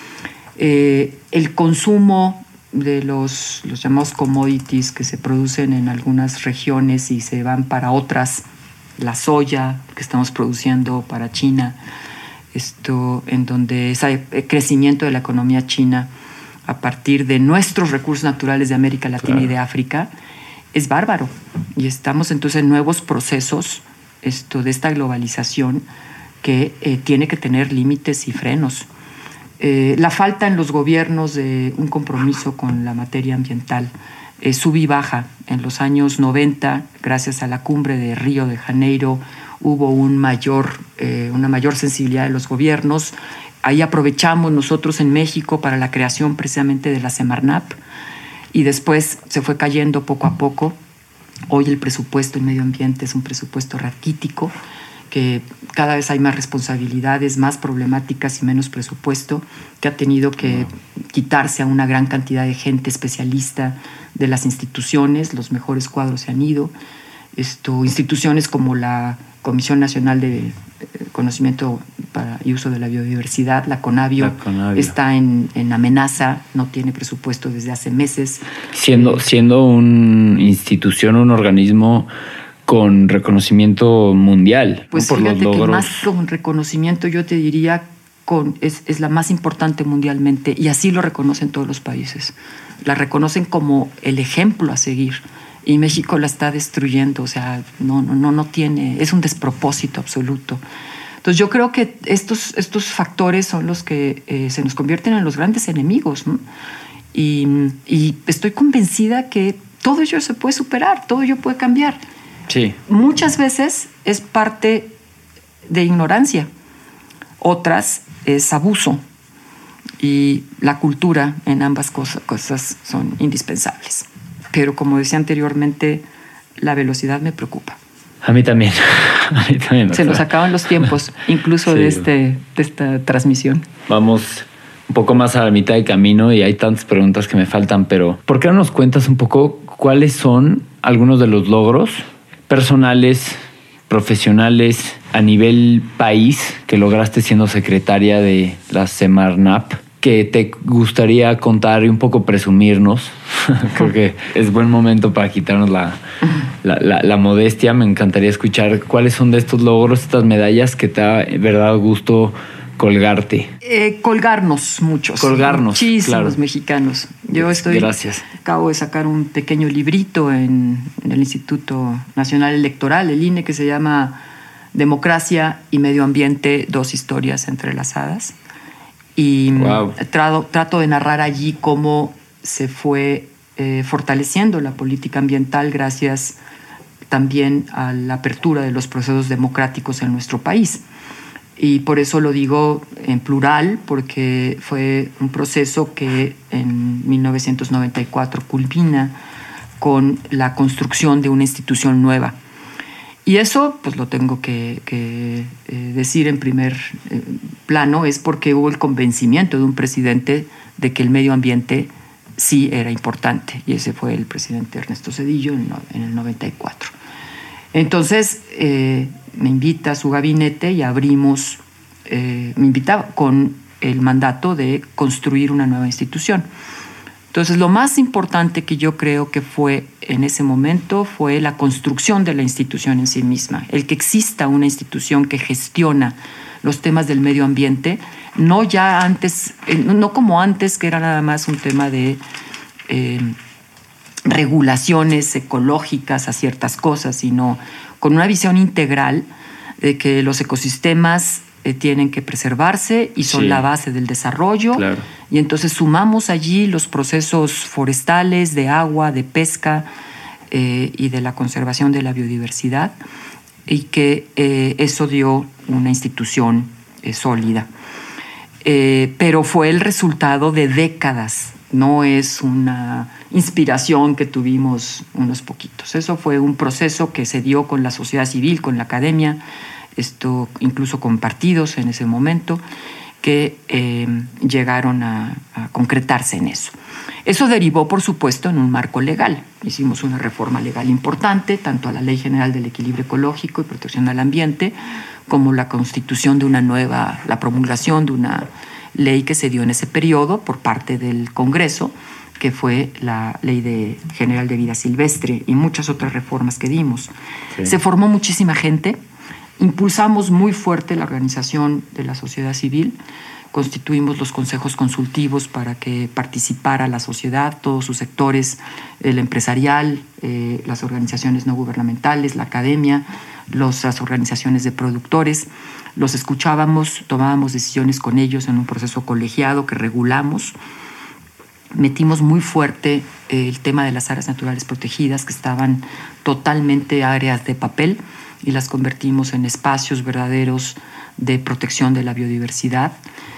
Eh, el consumo de los, los llamados commodities que se producen en algunas regiones y se van para otras, la soya que estamos produciendo para China, esto en donde ese crecimiento de la economía china a partir de nuestros recursos naturales de América Latina, claro, y de África, es bárbaro. Y estamos entonces en nuevos procesos esto, de esta globalización que eh, tiene que tener límites y frenos. Eh, la falta en los gobiernos de un compromiso con la materia ambiental eh, sube y baja. En los años noventa, gracias a la cumbre de Río de Janeiro, hubo un mayor, eh, una mayor sensibilidad de los gobiernos. Ahí aprovechamos nosotros en México para la creación precisamente de la Semarnap y después se fue cayendo poco a poco. Hoy el presupuesto en medio ambiente es un presupuesto raquítico, que cada vez hay más responsabilidades, más problemáticas y menos presupuesto, que ha tenido que quitarse a una gran cantidad de gente especialista de las instituciones. Los mejores cuadros se han ido. Esto, instituciones como la Comisión Nacional de Conocimiento para y Uso de la Biodiversidad, la CONABIO, la CONABIO. está en, en amenaza, no tiene presupuesto desde hace meses. Siendo, siendo una institución, un organismo con reconocimiento mundial. Pues ¿no? Fíjate que más con reconocimiento yo te diría con, es, es la más importante mundialmente y así lo reconocen todos los países. La reconocen como el ejemplo a seguir. Y México la está destruyendo, o sea, no, no, no tiene, es un despropósito absoluto. Entonces yo creo que estos, estos factores son los que eh, se nos convierten en los grandes enemigos, ¿no? Y, y estoy convencida que todo ello se puede superar, todo ello puede cambiar. Sí. Muchas veces es parte de ignorancia, otras es abuso, y la cultura en ambas cosas, cosas son indispensables. Pero como decía anteriormente, la velocidad me preocupa. A mí también. A mí también. Se nos acaban los tiempos, incluso sí. de, este, de esta transmisión. Vamos un poco más a la mitad de camino y hay tantas preguntas que me faltan, pero ¿por qué no nos cuentas un poco cuáles son algunos de los logros personales, profesionales, a nivel país que lograste siendo secretaria de la Semarnat, que te gustaría contar y un poco presumirnos? Creo que es buen momento para quitarnos la, la, la, la modestia. Me encantaría escuchar cuáles son de estos logros, estas medallas que te da verdad gusto colgarte. Eh, colgarnos muchos. Colgarnos, muchísimos claro. mexicanos. Yo estoy... Gracias. Acabo de sacar un pequeño librito en, en el Instituto Nacional Electoral, el I N E, que se llama Democracia y Medio Ambiente, dos historias entrelazadas. Y wow. trato, trato de narrar allí cómo se fue eh, fortaleciendo la política ambiental gracias también a la apertura de los procesos democráticos en nuestro país. Y por eso lo digo en plural, porque fue un proceso que en mil novecientos noventa y cuatro culmina con la construcción de una institución nueva. Y eso, pues lo tengo que, que eh, decir en primer eh, plano, es porque hubo el convencimiento de un presidente de que el medio ambiente sí era importante. Y ese fue el presidente Ernesto Zedillo en, en el noventa y cuatro. Entonces, eh, me invita a su gabinete y abrimos, eh, me invitaba con el mandato de construir una nueva institución. Entonces, lo más importante que yo creo que fue en ese momento fue la construcción de la institución en sí misma, el que exista una institución que gestiona los temas del medio ambiente, no ya antes, no como antes, que era nada más un tema de eh, regulaciones ecológicas a ciertas cosas, sino con una visión integral de que los ecosistemas eh, tienen que preservarse y son sí. la base del desarrollo. Claro. Y entonces sumamos allí los procesos forestales, de agua, de pesca eh, y de la conservación de la biodiversidad, y que eh, eso dio una institución eh, sólida. Eh, pero fue el resultado de décadas, no es una inspiración que tuvimos unos poquitos. Eso fue un proceso que se dio con la sociedad civil, con la academia, esto incluso con partidos en ese momento, que eh, llegaron a, a concretarse en eso. Eso derivó, por supuesto, en un marco legal. Hicimos una reforma legal importante, tanto a la Ley General del Equilibrio Ecológico y Protección al Ambiente, como la constitución de una nueva, la promulgación de una ley que se dio en ese periodo por parte del Congreso, que fue la Ley de General de Vida Silvestre, y muchas otras reformas que dimos. Sí. Se formó muchísima gente. Impulsamos muy fuerte la organización de la sociedad civil, constituimos los consejos consultivos para que participara la sociedad, todos sus sectores, el empresarial, eh, las organizaciones no gubernamentales, la academia, los, las organizaciones de productores. Los escuchábamos, tomábamos decisiones con ellos en un proceso colegiado que regulamos. Metimos muy fuerte eh, el tema de las áreas naturales protegidas, que estaban totalmente áreas de papel, y las convertimos en espacios verdaderos de protección de la biodiversidad,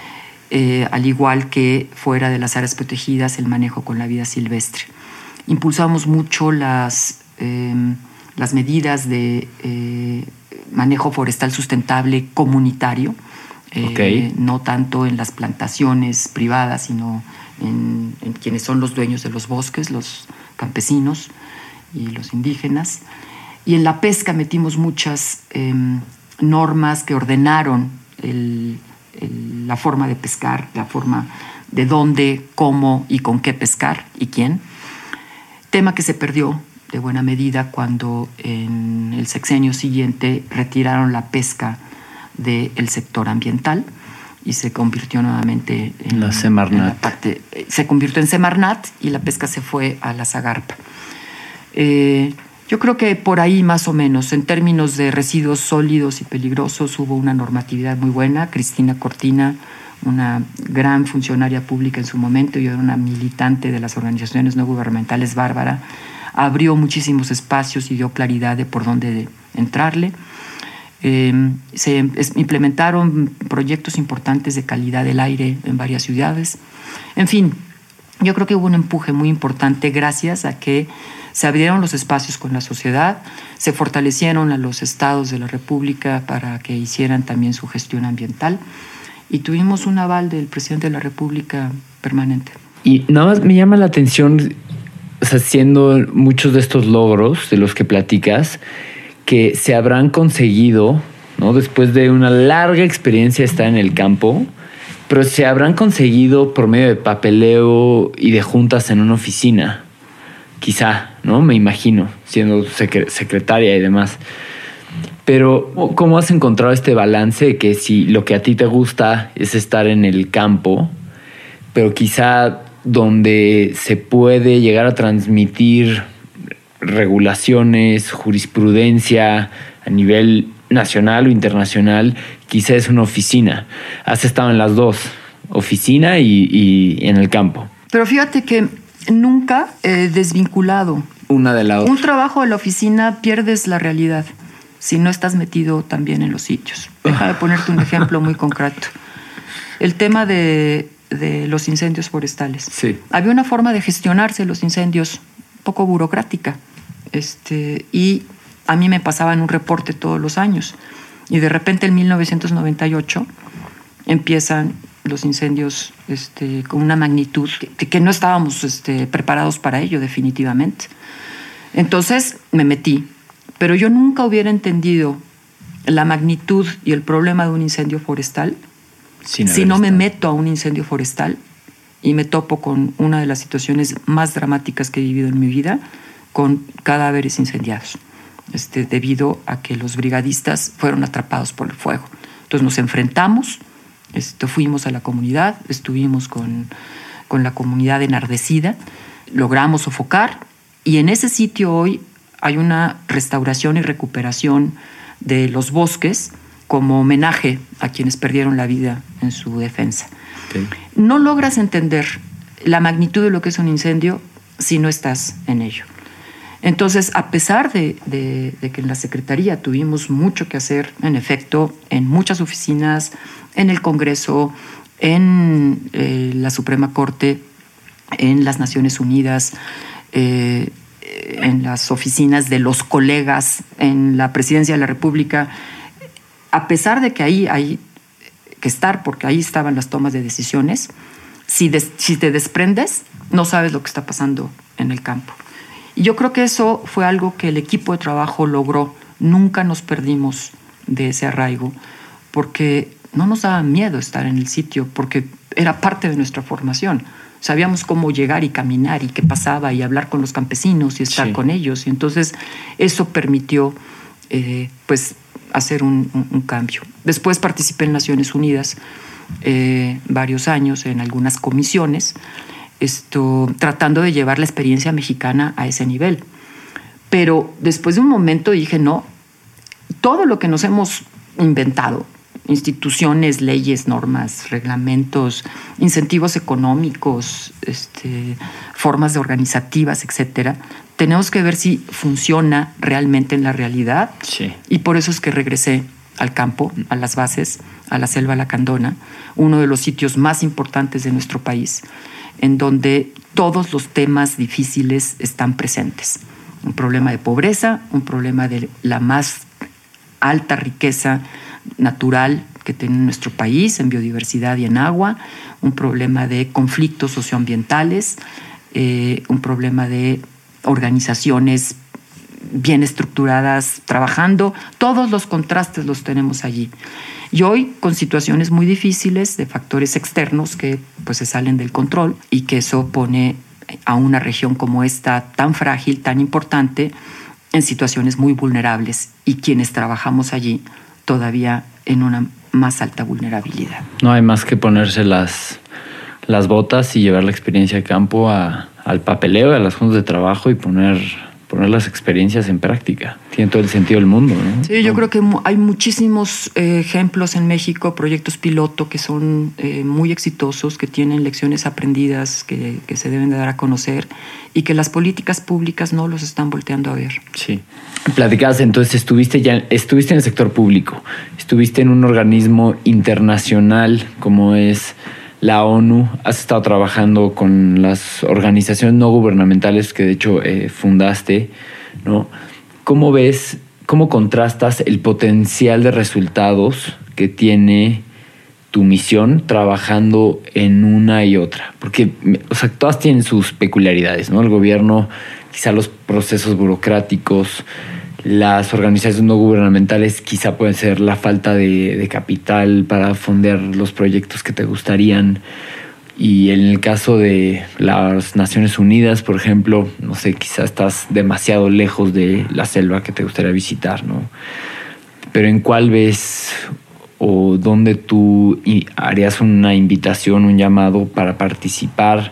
eh, al igual que fuera de las áreas protegidas el manejo con la vida silvestre. Impulsamos mucho las, eh, las medidas de eh, manejo forestal sustentable comunitario, eh, okay. no tanto en las plantaciones privadas, sino en, en quienes son los dueños de los bosques, los campesinos y los indígenas. Y en la pesca metimos muchas eh, normas que ordenaron el, el, la forma de pescar, la forma de dónde, cómo y con qué pescar y quién. Tema que se perdió de buena medida cuando en el sexenio siguiente retiraron la pesca del sector ambiental y se convirtió nuevamente en la Semarnat. En la parte, se convirtió en Semarnat y la pesca se fue a la Zagarpa. Eh, Yo creo que por ahí más o menos, en términos de residuos sólidos y peligrosos, hubo una normatividad muy buena. Cristina Cortina, una gran funcionaria pública en su momento, yo era una militante de las organizaciones no gubernamentales bárbara, abrió muchísimos espacios y dio claridad de por dónde entrarle. Eh, se implementaron proyectos importantes de calidad del aire en varias ciudades. En fin, yo creo que hubo un empuje muy importante gracias a que se abrieron los espacios con la sociedad, se fortalecieron a los estados de la República para que hicieran también su gestión ambiental y tuvimos un aval del presidente de la República permanente. Y nada más me llama la atención, o sea, siendo muchos de estos logros de los que platicas, que se habrán conseguido, ¿no? Después de una larga experiencia de estar en el campo, pero se habrán conseguido por medio de papeleo y de juntas en una oficina. Quizá, ¿no? Me imagino, siendo secre- secretaria y demás. Pero, ¿cómo has encontrado este balance de que si lo que a ti te gusta es estar en el campo, pero quizá donde se puede llegar a transmitir regulaciones, jurisprudencia a nivel nacional o internacional, quizá es una oficina? Has estado en las dos, oficina y, y en el campo. Pero fíjate que nunca he desvinculado una de la otra. Un trabajo de la oficina pierdes la realidad si no estás metido también en los sitios. Déjame ponerte un ejemplo muy concreto. El tema de, de los incendios forestales. Sí. Había una forma de gestionarse los incendios poco burocrática. Este, y a mí me pasaban un reporte todos los años. Y de repente en mil novecientos noventa y ocho empiezan los incendios este, con una magnitud que, que no estábamos este, preparados para ello definitivamente. Entonces me metí, pero yo nunca hubiera entendido la magnitud y el problema de un incendio forestal si no me meto a un incendio forestal y me topo con una de las situaciones más dramáticas que he vivido en mi vida, con cadáveres incendiados, este, debido a que los brigadistas fueron atrapados por el fuego. Entonces nos enfrentamos, este, fuimos a la comunidad, estuvimos con, con la comunidad enardecida, logramos sofocar, y en ese sitio hoy hay una restauración y recuperación de los bosques como homenaje a quienes perdieron la vida en su defensa. Okay. No logras entender la magnitud de lo que es un incendio si no estás en ello. Entonces, a pesar de, de, de que en la Secretaría tuvimos mucho que hacer, en efecto, en muchas oficinas, en el Congreso, en eh, la Suprema Corte, en las Naciones Unidas, eh, en las oficinas de los colegas, en la Presidencia de la República, a pesar de que ahí hay que estar, porque ahí estaban las tomas de decisiones, si, des, si te desprendes, no sabes lo que está pasando en el campo. Y yo creo que eso fue algo que el equipo de trabajo logró. Nunca nos perdimos de ese arraigo, porque no nos daba miedo estar en el sitio, porque era parte de nuestra formación. Sabíamos cómo llegar y caminar y qué pasaba y hablar con los campesinos y estar sí. con ellos. Y entonces eso permitió eh, pues, hacer un, un, un cambio. Después participé en Naciones Unidas eh, varios años en algunas comisiones, esto, tratando de llevar la experiencia mexicana a ese nivel. Pero después de un momento dije, no, todo lo que nos hemos inventado, instituciones, leyes, normas, reglamentos, incentivos económicos, este, formas de organizativas, etcétera, tenemos que ver si funciona realmente en la realidad. Sí. Y por eso es que regresé al campo, a las bases, a la selva lacandona, uno de los sitios más importantes de nuestro país, en donde todos los temas difíciles están presentes. Un problema de pobreza, un problema de la más alta riqueza natural que tiene nuestro país en biodiversidad y en agua, un problema de conflictos socioambientales, eh, un problema de organizaciones bien estructuradas trabajando. Todos los contrastes los tenemos allí. Y hoy con situaciones muy difíciles de factores externos que pues, se salen del control y que eso pone a una región como esta tan frágil, tan importante, en situaciones muy vulnerables, y quienes trabajamos allí todavía en una más alta vulnerabilidad. No hay más que ponerse las, las botas y llevar la experiencia de campo a, al papeleo, a las juntas de trabajo y poner poner las experiencias en práctica. Tiene todo el sentido del mundo, ¿no? Sí, yo creo que hay muchísimos eh, ejemplos en México, proyectos piloto que son eh, muy exitosos, que tienen lecciones aprendidas que, que se deben de dar a conocer y que las políticas públicas no los están volteando a ver. Sí. Platicabas, entonces estuviste ya estuviste en el sector público, estuviste en un organismo internacional como es la ONU, has estado trabajando con las organizaciones no gubernamentales que de hecho eh, fundaste, ¿no? ¿Cómo ves, cómo contrastas el potencial de resultados que tiene tu misión trabajando en una y otra? Porque, o sea, todas tienen sus peculiaridades, ¿no? El gobierno, quizá los procesos burocráticos, las organizaciones no gubernamentales quizá pueden ser la falta de, de capital para fondear los proyectos que te gustarían. Y en el caso de las Naciones Unidas, por ejemplo, no sé, quizá estás demasiado lejos de la selva que te gustaría visitar, ¿no? Pero ¿en cuál ves o dónde tú harías una invitación, un llamado para participar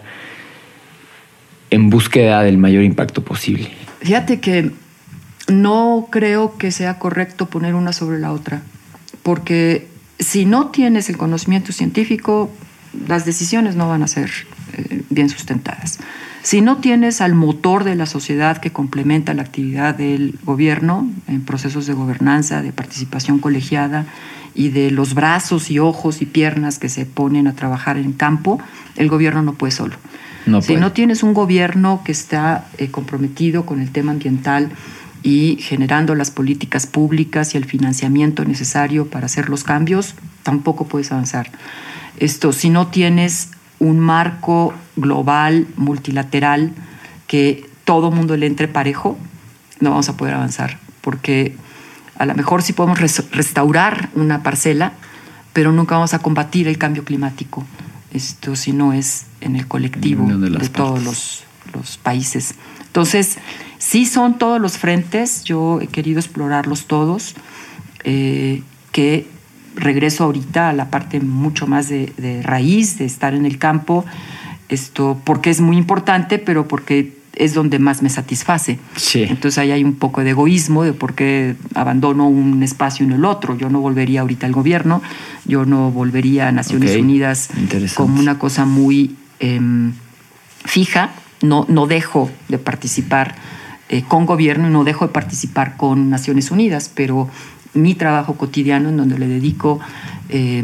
en búsqueda del mayor impacto posible? Fíjate que no creo que sea correcto poner una sobre la otra, porque si no tienes el conocimiento científico, las decisiones no van a ser eh, bien sustentadas. Si no tienes al motor de la sociedad que complementa la actividad del gobierno en procesos de gobernanza, de participación colegiada y de los brazos y ojos y piernas que se ponen a trabajar en campo, el gobierno no puede solo. No si puede. no tienes un gobierno que está eh, comprometido con el tema ambiental y generando las políticas públicas y el financiamiento necesario para hacer los cambios, tampoco puedes avanzar. Esto, si no tienes un marco global, multilateral, que todo mundo le entre parejo, no vamos a poder avanzar, porque a lo mejor sí podemos res- restaurar una parcela, pero nunca vamos a combatir el cambio climático. Esto si no es en el colectivo de, de todos los, los países. Entonces, sí son todos los frentes, yo he querido explorarlos todos, eh, que regreso ahorita a la parte mucho más de, de raíz, de estar en el campo, esto porque es muy importante, pero porque es donde más me satisface. Sí. Entonces ahí hay un poco de egoísmo de por qué abandono un espacio y no el otro. Yo no volvería ahorita al gobierno, yo no volvería a Naciones Okay. Unidas como una cosa muy eh, fija. No, no dejo de participar eh, con gobierno y no dejo de participar con Naciones Unidas, pero mi trabajo cotidiano, en donde le dedico eh,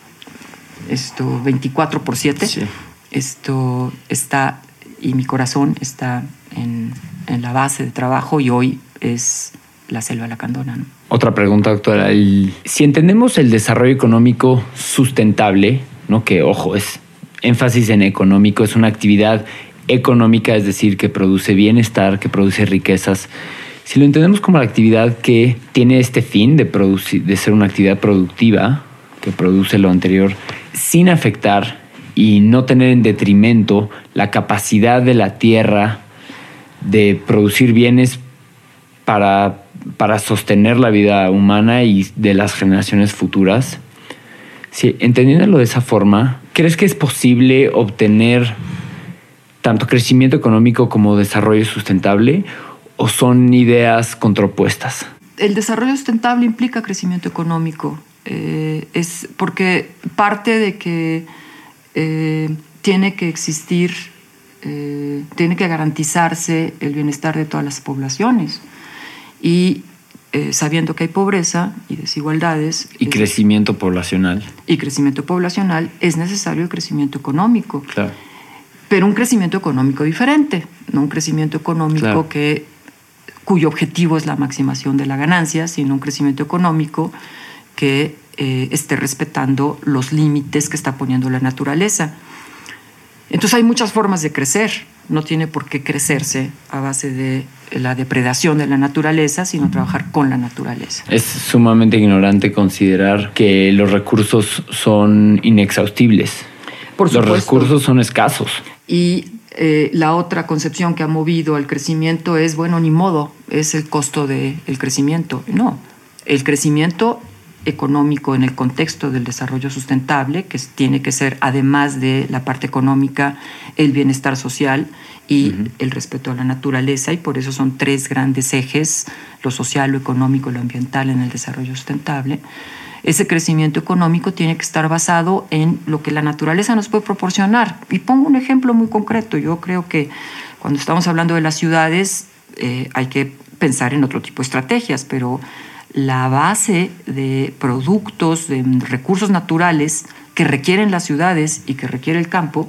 esto veinticuatro por siete, sí. esto está, y mi corazón está en, en la base de trabajo, y hoy es la selva lacandona, ¿no? Otra pregunta, doctora. El, si entendemos el desarrollo económico sustentable, ¿no? Que, ojo, es énfasis en económico, es una actividad económica, es decir, que produce bienestar, que produce riquezas. Si lo entendemos como la actividad que tiene este fin de, producir, de ser una actividad productiva, que produce lo anterior, sin afectar y no tener en detrimento la capacidad de la tierra de producir bienes para, para sostener la vida humana y de las generaciones futuras. Si, entendiéndolo de esa forma, ¿crees que es posible obtener tanto crecimiento económico como desarrollo sustentable, o son ideas contrapuestas? El desarrollo sustentable implica crecimiento económico, eh, es porque parte de que eh, tiene que existir, eh, tiene que garantizarse el bienestar de todas las poblaciones, y eh, sabiendo que hay pobreza y desigualdades y es, crecimiento poblacional y crecimiento poblacional, es necesario el crecimiento económico. Claro. Pero un crecimiento económico diferente, no un crecimiento económico Claro. que, cuyo objetivo es la maximación de la ganancia, sino un crecimiento económico que eh, esté respetando los límites que está poniendo la naturaleza. Entonces hay muchas formas de crecer, no tiene por qué crecerse a base de la depredación de la naturaleza, sino trabajar con la naturaleza. Es sumamente ignorante considerar que los recursos son inexhaustibles. Por supuesto. Los recursos son escasos. Y eh, la otra concepción que ha movido al crecimiento es, bueno, ni modo, es el costo del crecimiento. No, el crecimiento económico en el contexto del desarrollo sustentable, que tiene que ser, además de la parte económica, el bienestar social y uh-huh. el respeto a la naturaleza, y por eso son tres grandes ejes: lo social, lo económico y lo ambiental en el desarrollo sustentable. Ese crecimiento económico tiene que estar basado en lo que la naturaleza nos puede proporcionar. Y pongo un ejemplo muy concreto. Yo creo que cuando estamos hablando de las ciudades eh, hay que pensar en otro tipo de estrategias, pero la base de productos, de recursos naturales que requieren las ciudades y que requiere el campo,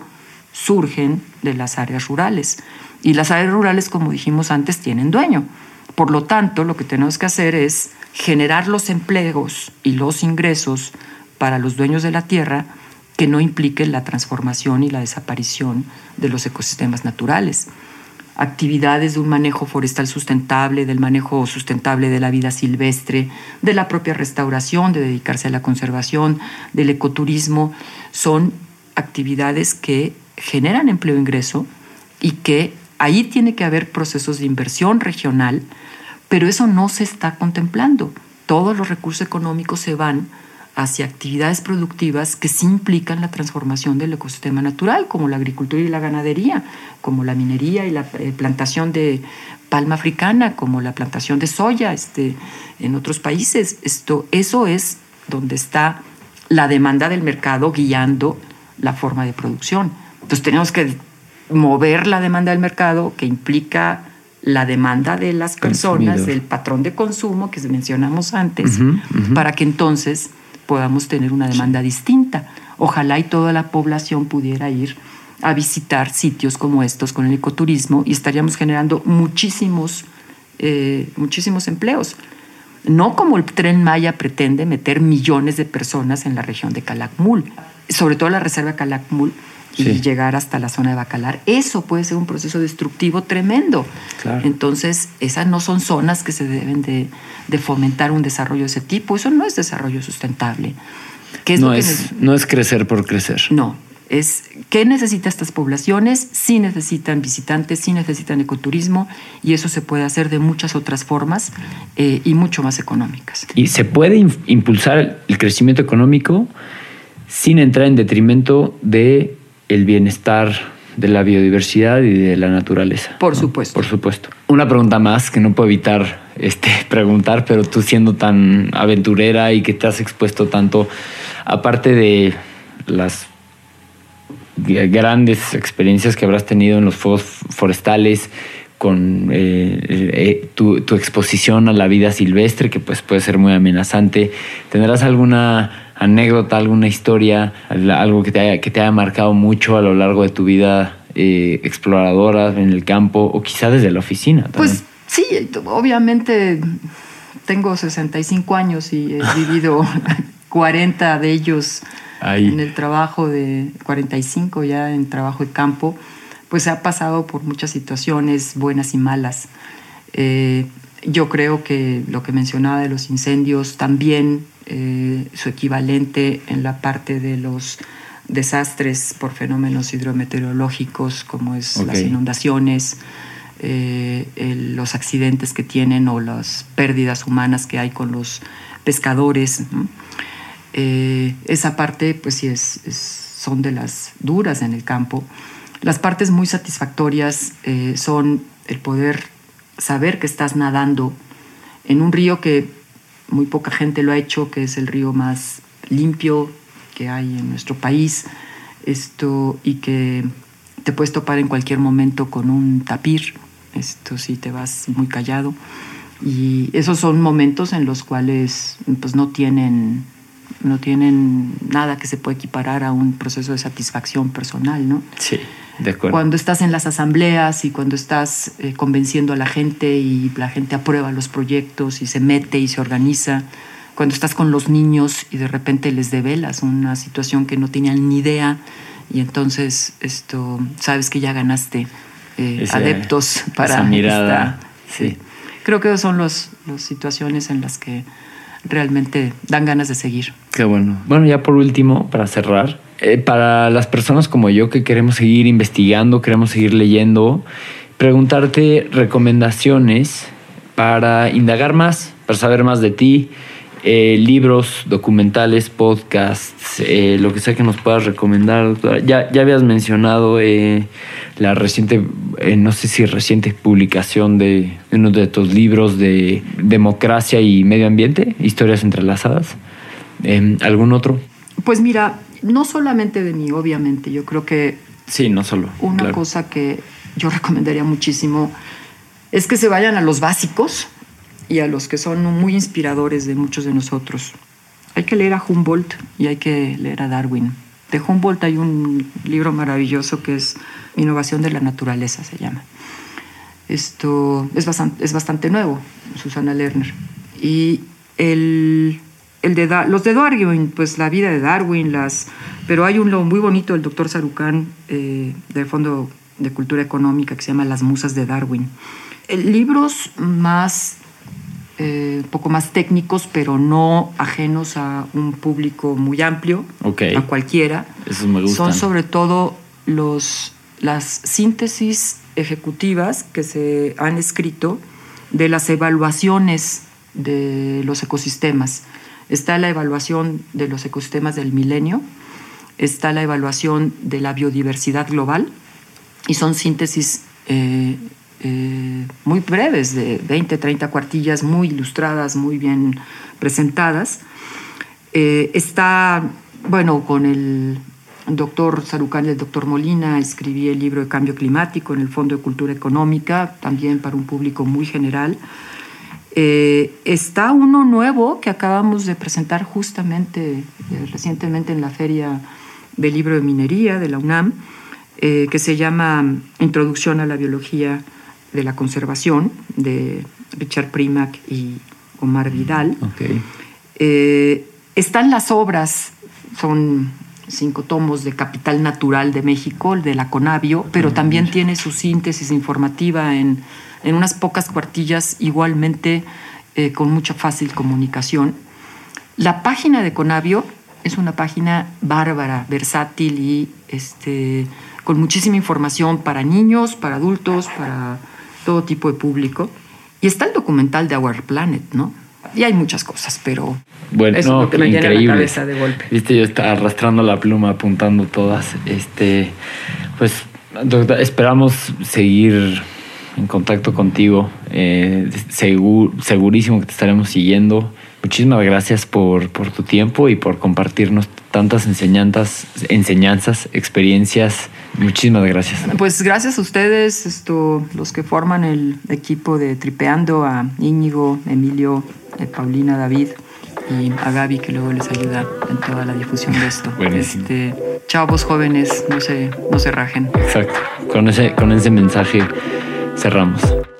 surgen de las áreas rurales. Y las áreas rurales, como dijimos antes, tienen dueño. Por lo tanto, lo que tenemos que hacer es generar los empleos y los ingresos para los dueños de la tierra que no impliquen la transformación y la desaparición de los ecosistemas naturales. Actividades de un manejo forestal sustentable, del manejo sustentable de la vida silvestre, de la propia restauración, de dedicarse a la conservación, del ecoturismo, son actividades que generan empleo e ingreso y que ahí tiene que haber procesos de inversión regional, pero eso no se está contemplando. Todos los recursos económicos se van hacia actividades productivas que sí implican la transformación del ecosistema natural, como la agricultura y la ganadería, como la minería y la plantación de palma africana, como la plantación de soya este, en otros países. Esto, eso es donde está la demanda del mercado guiando la forma de producción. Entonces tenemos que mover la demanda del mercado, que implica la demanda de las personas, Consumidor. del patrón de consumo que mencionamos antes, uh-huh, uh-huh. para que entonces podamos tener una demanda sí. distinta. Ojalá y toda la población pudiera ir a visitar sitios como estos con el ecoturismo y estaríamos generando muchísimos, eh, muchísimos empleos. No como el Tren Maya pretende meter millones de personas en la región de Calakmul, sobre todo la reserva de Calakmul, y sí. llegar hasta la zona de Bacalar. Eso puede ser un proceso destructivo tremendo. Claro. Entonces, esas no son zonas que se deben de, de fomentar un desarrollo de ese tipo. Eso no es desarrollo sustentable. ¿Qué es no, lo que es, no es crecer por crecer. No. Es ¿qué necesitan estas poblaciones? Sí necesitan visitantes, sí necesitan ecoturismo, y eso se puede hacer de muchas otras formas eh, y mucho más económicas. Y se puede impulsar el crecimiento económico sin entrar en detrimento de el bienestar de la biodiversidad y de la naturaleza. Por ¿no? supuesto. Por supuesto. Una pregunta más que no puedo evitar este, preguntar, pero tú siendo tan aventurera y que te has expuesto tanto, aparte de las grandes experiencias que habrás tenido en los fuegos forestales, con eh, eh, tu, tu exposición a la vida silvestre, que pues puede ser muy amenazante, ¿tendrás alguna anécdota, alguna historia, algo que te haya, que te haya marcado mucho a lo largo de tu vida eh, exploradora en el campo o quizá desde la oficina también? Pues sí, obviamente tengo sesenta y cinco años y he vivido cuarenta de ellos Ahí. en el trabajo de cuarenta y cinco ya en trabajo de campo. Pues ha pasado por muchas situaciones buenas y malas. Eh, yo creo que lo que mencionaba de los incendios también, eh, su equivalente en la parte de los desastres por fenómenos hidrometeorológicos, como es okay. las inundaciones, eh, el, los accidentes que tienen o las pérdidas humanas que hay con los pescadores, ¿no? Eh, esa parte, pues sí, es, es, son de las duras en el campo. Las partes muy satisfactorias eh, son el poder saber que estás nadando en un río que muy poca gente lo ha hecho, que es el río más limpio que hay en nuestro país, esto, y que te puedes topar en cualquier momento con un tapir, esto si te vas muy callado. Y esos son momentos en los cuales pues, no tienen... no tienen nada que se pueda equiparar a un proceso de satisfacción personal, ¿no? Sí, de acuerdo. Cuando estás en las asambleas y cuando estás eh, convenciendo a la gente y la gente aprueba los proyectos y se mete y se organiza, cuando estás con los niños y de repente les develas una situación que no tenían ni idea y entonces esto sabes que ya ganaste eh, Ese, adeptos para esa mirada. Esta, sí. sí. Creo que son las situaciones en las que realmente dan ganas de seguir. Qué bueno. Bueno, ya por último, para cerrar, eh, para las personas como yo que queremos seguir investigando, queremos seguir leyendo, preguntarte recomendaciones para indagar más, para saber más de ti, Eh, libros, documentales, podcasts, eh, lo que sea que nos puedas recomendar. Ya, ya habías mencionado eh, la reciente, eh, no sé si reciente publicación de uno de tus libros de democracia y medio ambiente, historias entrelazadas. Eh, ¿Algún otro? Pues mira, no solamente de mí, obviamente. Yo creo que sí, no solo. Una claro. cosa que yo recomendaría muchísimo es que se vayan a los básicos y a los que son muy inspiradores de muchos de nosotros. Hay que leer a Humboldt y hay que leer a Darwin. De Humboldt hay un libro maravilloso que es Innovación de la Naturaleza, se llama. Esto es bastante, es bastante nuevo, Susana Lerner. Y el, el de da, los de Darwin, pues la vida de Darwin, las, pero hay uno muy bonito del doctor Sarucán eh, del Fondo de Cultura Económica que se llama Las Musas de Darwin. El, libros más un eh, poco más técnicos, pero no ajenos a un público muy amplio, okay. a cualquiera. Esos me gustan. Son sobre todo los, las síntesis ejecutivas que se han escrito de las evaluaciones de los ecosistemas. Está la evaluación de los ecosistemas del milenio, está la evaluación de la biodiversidad global, y son síntesis eh, Eh, muy breves, de veinte, treinta cuartillas, muy ilustradas, muy bien presentadas. Eh, está, bueno, con el doctor Sarucán y el doctor Molina escribí el libro de Cambio Climático en el Fondo de Cultura Económica, también para un público muy general. Eh, está uno nuevo que acabamos de presentar justamente eh, recientemente en la Feria del Libro de Minería de la UNAM, eh, que se llama Introducción a la Biología de la Conservación, de Richard Primack y Omar Vidal. Okay. Eh, están las obras, son cinco tomos de Capital Natural de México, de la Conavio, pero mm, también mira. Tiene su síntesis informativa en, en unas pocas cuartillas, igualmente eh, con mucha fácil comunicación. La página de Conavio es una página bárbara, versátil y este, con muchísima información para niños, para adultos, para todo tipo de público. Y está el documental de Our Planet, ¿no? Y hay muchas cosas, pero bueno, eso no, es lo que me increíble. llena la cabeza de golpe. Viste, yo estaba arrastrando la pluma, apuntando todas. Este, pues, doctor, esperamos seguir en contacto contigo. Eh, segur, segurísimo que te estaremos siguiendo. Muchísimas gracias por, por tu tiempo y por compartirnos tantas enseñanzas, enseñanzas, experiencias. Muchísimas gracias. Pues gracias a ustedes, esto, los que forman el equipo de Tripeando, a Íñigo, Emilio, eh, Paulina, David y a Gaby, que luego les ayuda en toda la difusión de esto. Buenísimo. Este, chavos jóvenes, no se, no se rajen. Exacto. Con ese, con ese mensaje cerramos.